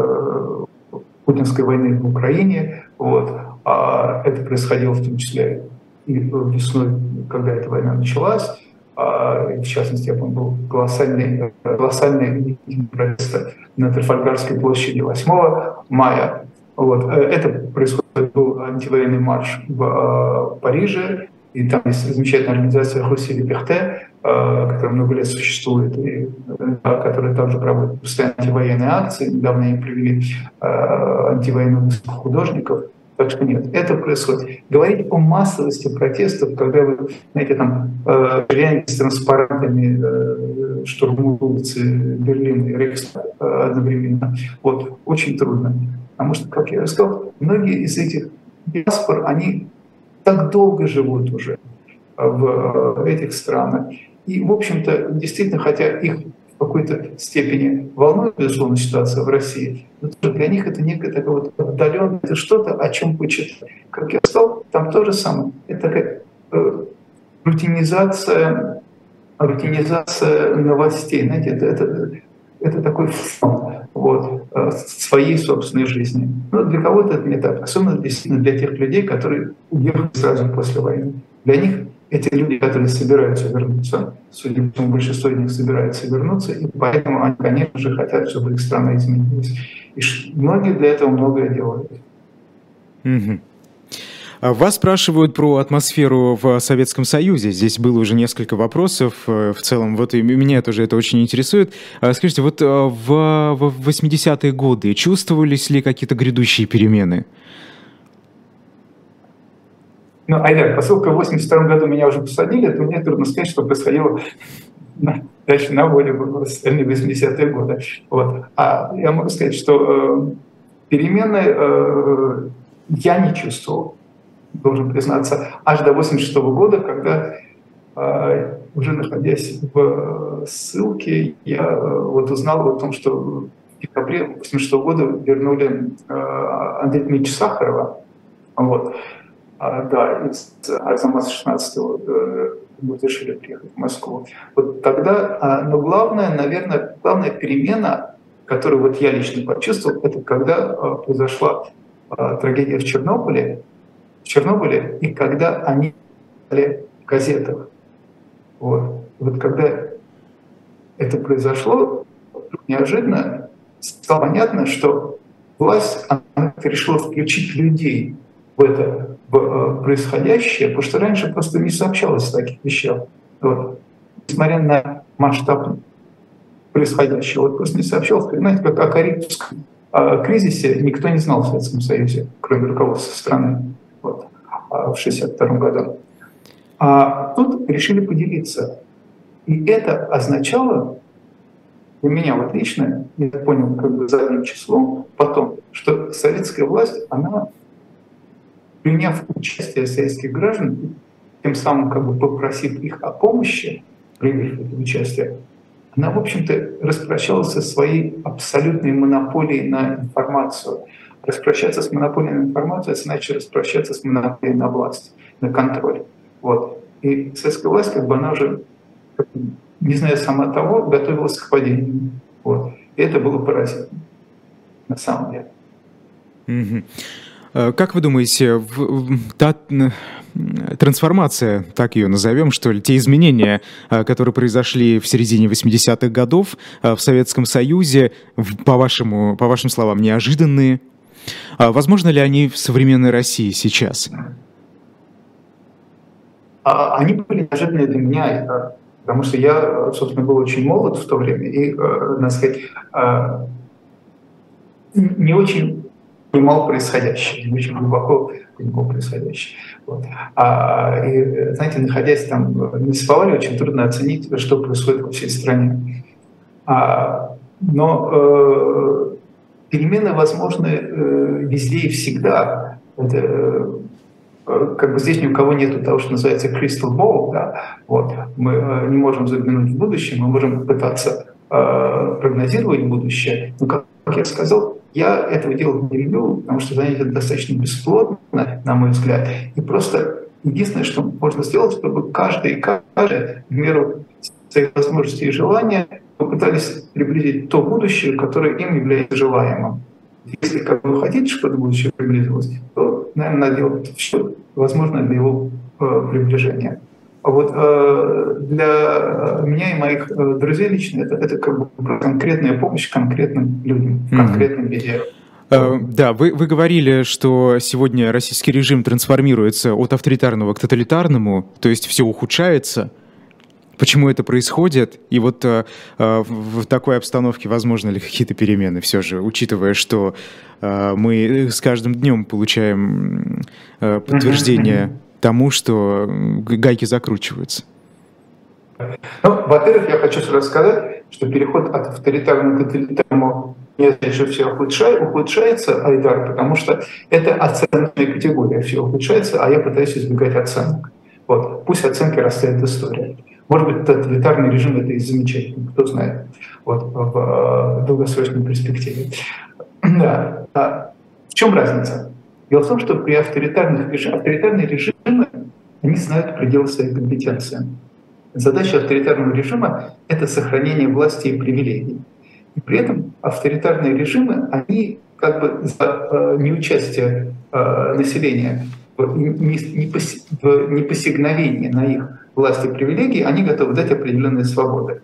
путинской войны в Украине. Вот. Это происходило в том числе и весной, когда эта война началась. В частности, я помню, был колоссальный, колоссальный протест на Трафальгарской площади восьмого мая. Вот. Это происходит, был антивоенный марш в Париже, и там есть замечательная организация «Руси Либерте», которая много лет существует, и которая также проводит постоянно антивоенные акции. Недавно они привели антивоенных художников. Так что нет, это происходит. Говорить о массовости протестов, когда вы, знаете, там, э, реально с транспарантами э, штурмуют улицы Берлина и Рейхстаг э, одновременно, вот, очень трудно. Потому что, как я сказал, многие из этих диаспор, они так долго живут уже в, в этих странах. И, в общем-то, действительно, хотя их в какой-то степени волнует, безусловно, ситуация в России, но тоже для них это некое такое вот отдаленное, это что-то, о чем почитать. Как я сказал, там то же самое. Это такая э, рутинизация, рутинизация новостей. Знаете, это, это, это такой фон вот, э, своей собственной жизни. Но для кого-то это не так. Особенно действительно для тех людей, которые уехали сразу после войны. Для них эти люди, которые собираются вернуться, судя по всему, большинство из них собирается вернуться, и поэтому они, конечно же, хотят, чтобы их страна изменилась. И многие для этого многое делают. Mm-hmm. Вас спрашивают про атмосферу в Советском Союзе. Здесь было уже несколько вопросов. В целом, вот и меня тоже это очень интересует. Скажите, вот в восьмидесятые годы чувствовались ли какие-то грядущие перемены? Ну, Айдар, поскольку в восемьдесят втором году меня уже посадили, то мне трудно сказать, что происходило дальше на воле в остальные восьмидесятые годы. Вот. А я могу сказать, что э, перемены э, я не чувствовал, должен признаться, аж до восемьдесят шестого года, когда э, уже находясь в ссылке, я э, вот узнал о том, что в декабре восемьдесят шестого года вернули э, Андрея Дмитриевича Сахарова. Вот. А, да, из Арзамаса шестнадцатого э, мы решили приехать в Москву. Вот тогда, а, но главное, наверное, главная перемена, которую вот я лично почувствовал, это когда а, произошла а, трагедия в Чернобыле, в Чернобыле, и когда они писали в газетах. Вот. Вот когда это произошло, неожиданно стало понятно, что власть она решила включить людей в это в происходящее, потому что раньше просто не сообщалось о таких вещах. Вот. Несмотря на масштаб происходящего, вот просто не сообщалось. Знаете, как о Карибском кризисе никто не знал в Советском Союзе, кроме руководства страны, вот, в шестьдесят втором году. А тут решили поделиться. И это означало для меня вот лично, я понял как бы задним числом потом, что советская власть, она, приняв участие советских граждан, тем самым как бы попросив их о помощи, приняв это участие, она, в общем-то, распрощалась со своей абсолютной монополией на информацию. Распрощаться с монополией на информацию, это значит распрощаться с монополией на власть, на контроль. Вот. И советская власть, как бы она уже, не зная сама того, готовилась к падению. Вот. И это было поразительно, на самом деле. Mm-hmm. Как вы думаете, та трансформация, так ее назовем, что ли, те изменения, которые произошли в середине восьмидесятых годов в Советском Союзе, по вашему, по вашим словам, неожиданные, возможно ли они в современной России сейчас? Они были неожиданные для меня, потому что я, собственно, был очень молод в то время и, надо сказать, не очень понимал происходящее, не очень глубоко понимал происходящее. Вот. А, и, знаете, находясь там в муниципале, очень трудно оценить, что происходит во всей стране. А, но э, перемены возможны э, везде и всегда. Это, э, как бы здесь ни у кого нет того, что называется crystal ball. Да? Вот. Мы э, не можем заглянуть в будущее, мы можем пытаться э, прогнозировать будущее. Но, как, как я сказал, я этого делать не люблю, потому что занятие достаточно бесплодно, на мой взгляд. И просто единственное, что можно сделать, чтобы каждый и каждая в меру своих возможностей и желания попытались приблизить то будущее, которое им является желаемым. Если как бы вы хотите, чтобы будущее приблизилось, то, наверное, надо делать все возможное для его э, приближения. А вот э, для меня и моих э, друзей лично это, это как бы конкретная помощь конкретным людям, в конкретном виде. Uh, да, вы, вы говорили, что сегодня российский режим трансформируется от авторитарного к тоталитарному, то есть все ухудшается. Почему это происходит? И вот э, э, в такой обстановке возможны ли какие-то перемены все же, учитывая, что э, мы с каждым днем получаем э, подтверждение тому, что гайки закручиваются? Ну, во-первых, я хочу сразу сказать, что переход от авторитарного к тоталитарному не значит, что все ухудшает, ухудшается, Айдар, потому что это оценочная категория. Все ухудшается, а я пытаюсь избегать оценок. Вот. Пусть оценки расставит история. Может быть, тоталитарный режим — это и замечательно, кто знает, вот, в долгосрочной перспективе. Да. А в чем разница? Дело в том, что при авторитарных режимах, авторитарные режимы, они знают пределы своей компетенции. Задача авторитарного режима — это сохранение власти и привилегий. И при этом авторитарные режимы, они как бы за э, неучастие э, населения в, не, не, поси, в непосигновении на их власть и привилегии, они готовы дать определенные свободы.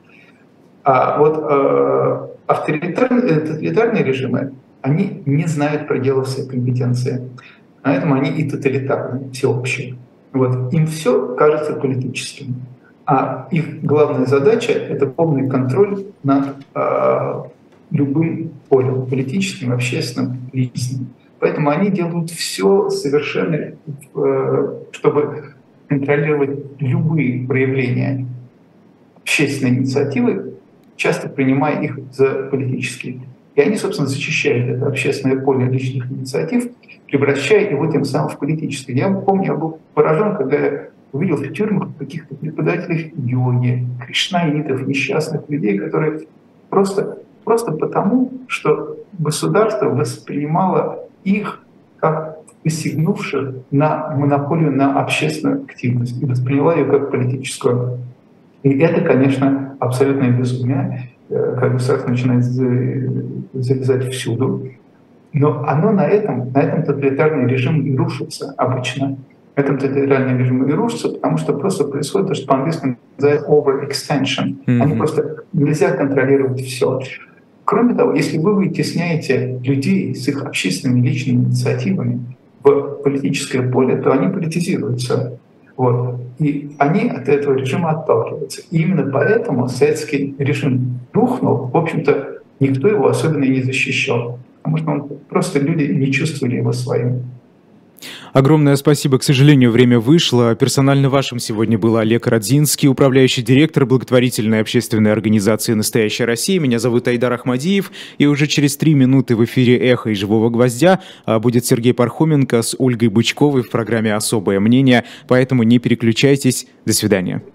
А вот э, авторитарные, тоталитарные режимы, они не знают пределов своей компетенции. Поэтому они и тоталитарные, всеобщие. Вот. Им все кажется политическим. А их главная задача — это полный контроль над э, любым полем, политическим, общественным, личным. Поэтому они делают все совершенно, э, чтобы контролировать любые проявления общественной инициативы, часто принимая их за политические. И они, собственно, зачищают это общественное поле личных инициатив, превращая его тем самым в политическое. Я помню, я был поражен, когда я увидел в тюрьмах каких-то преподавателей йоги, кришнаитов, несчастных людей, которые просто, просто потому, что государство воспринимало их как посягнувших на монополию на общественную активность и восприняла ее как политическую. И это, конечно, абсолютное безумие, когда государство начинает залезать всюду. Но оно на этом, на этом тоталитарный режим и рушится обычно. В этом тоталитарный режим и рушится, потому что просто происходит то, что по-английски называется overextension. Mm-hmm. Они просто нельзя контролировать все. Кроме того, если вы вытесняете людей с их общественными личными инициативами в политическое поле, то они политизируются. Вот. И они от этого режима отталкиваются. И именно поэтому советский режим рухнул. В общем-то, никто его особенно и не защищал. Потому что он, просто люди не чувствовали его своим. Огромное спасибо. К сожалению, время вышло. Персонально вашим сегодня был Олег Радзинский, управляющий директор благотворительной общественной организации «Настоящая Россия». Меня зовут Айдар Ахмадиев. И уже через три минуты в эфире «Эхо» и «Живого гвоздя» будет Сергей Пархоменко с Ольгой Бычковой в программе «Особое мнение». Поэтому не переключайтесь. До свидания.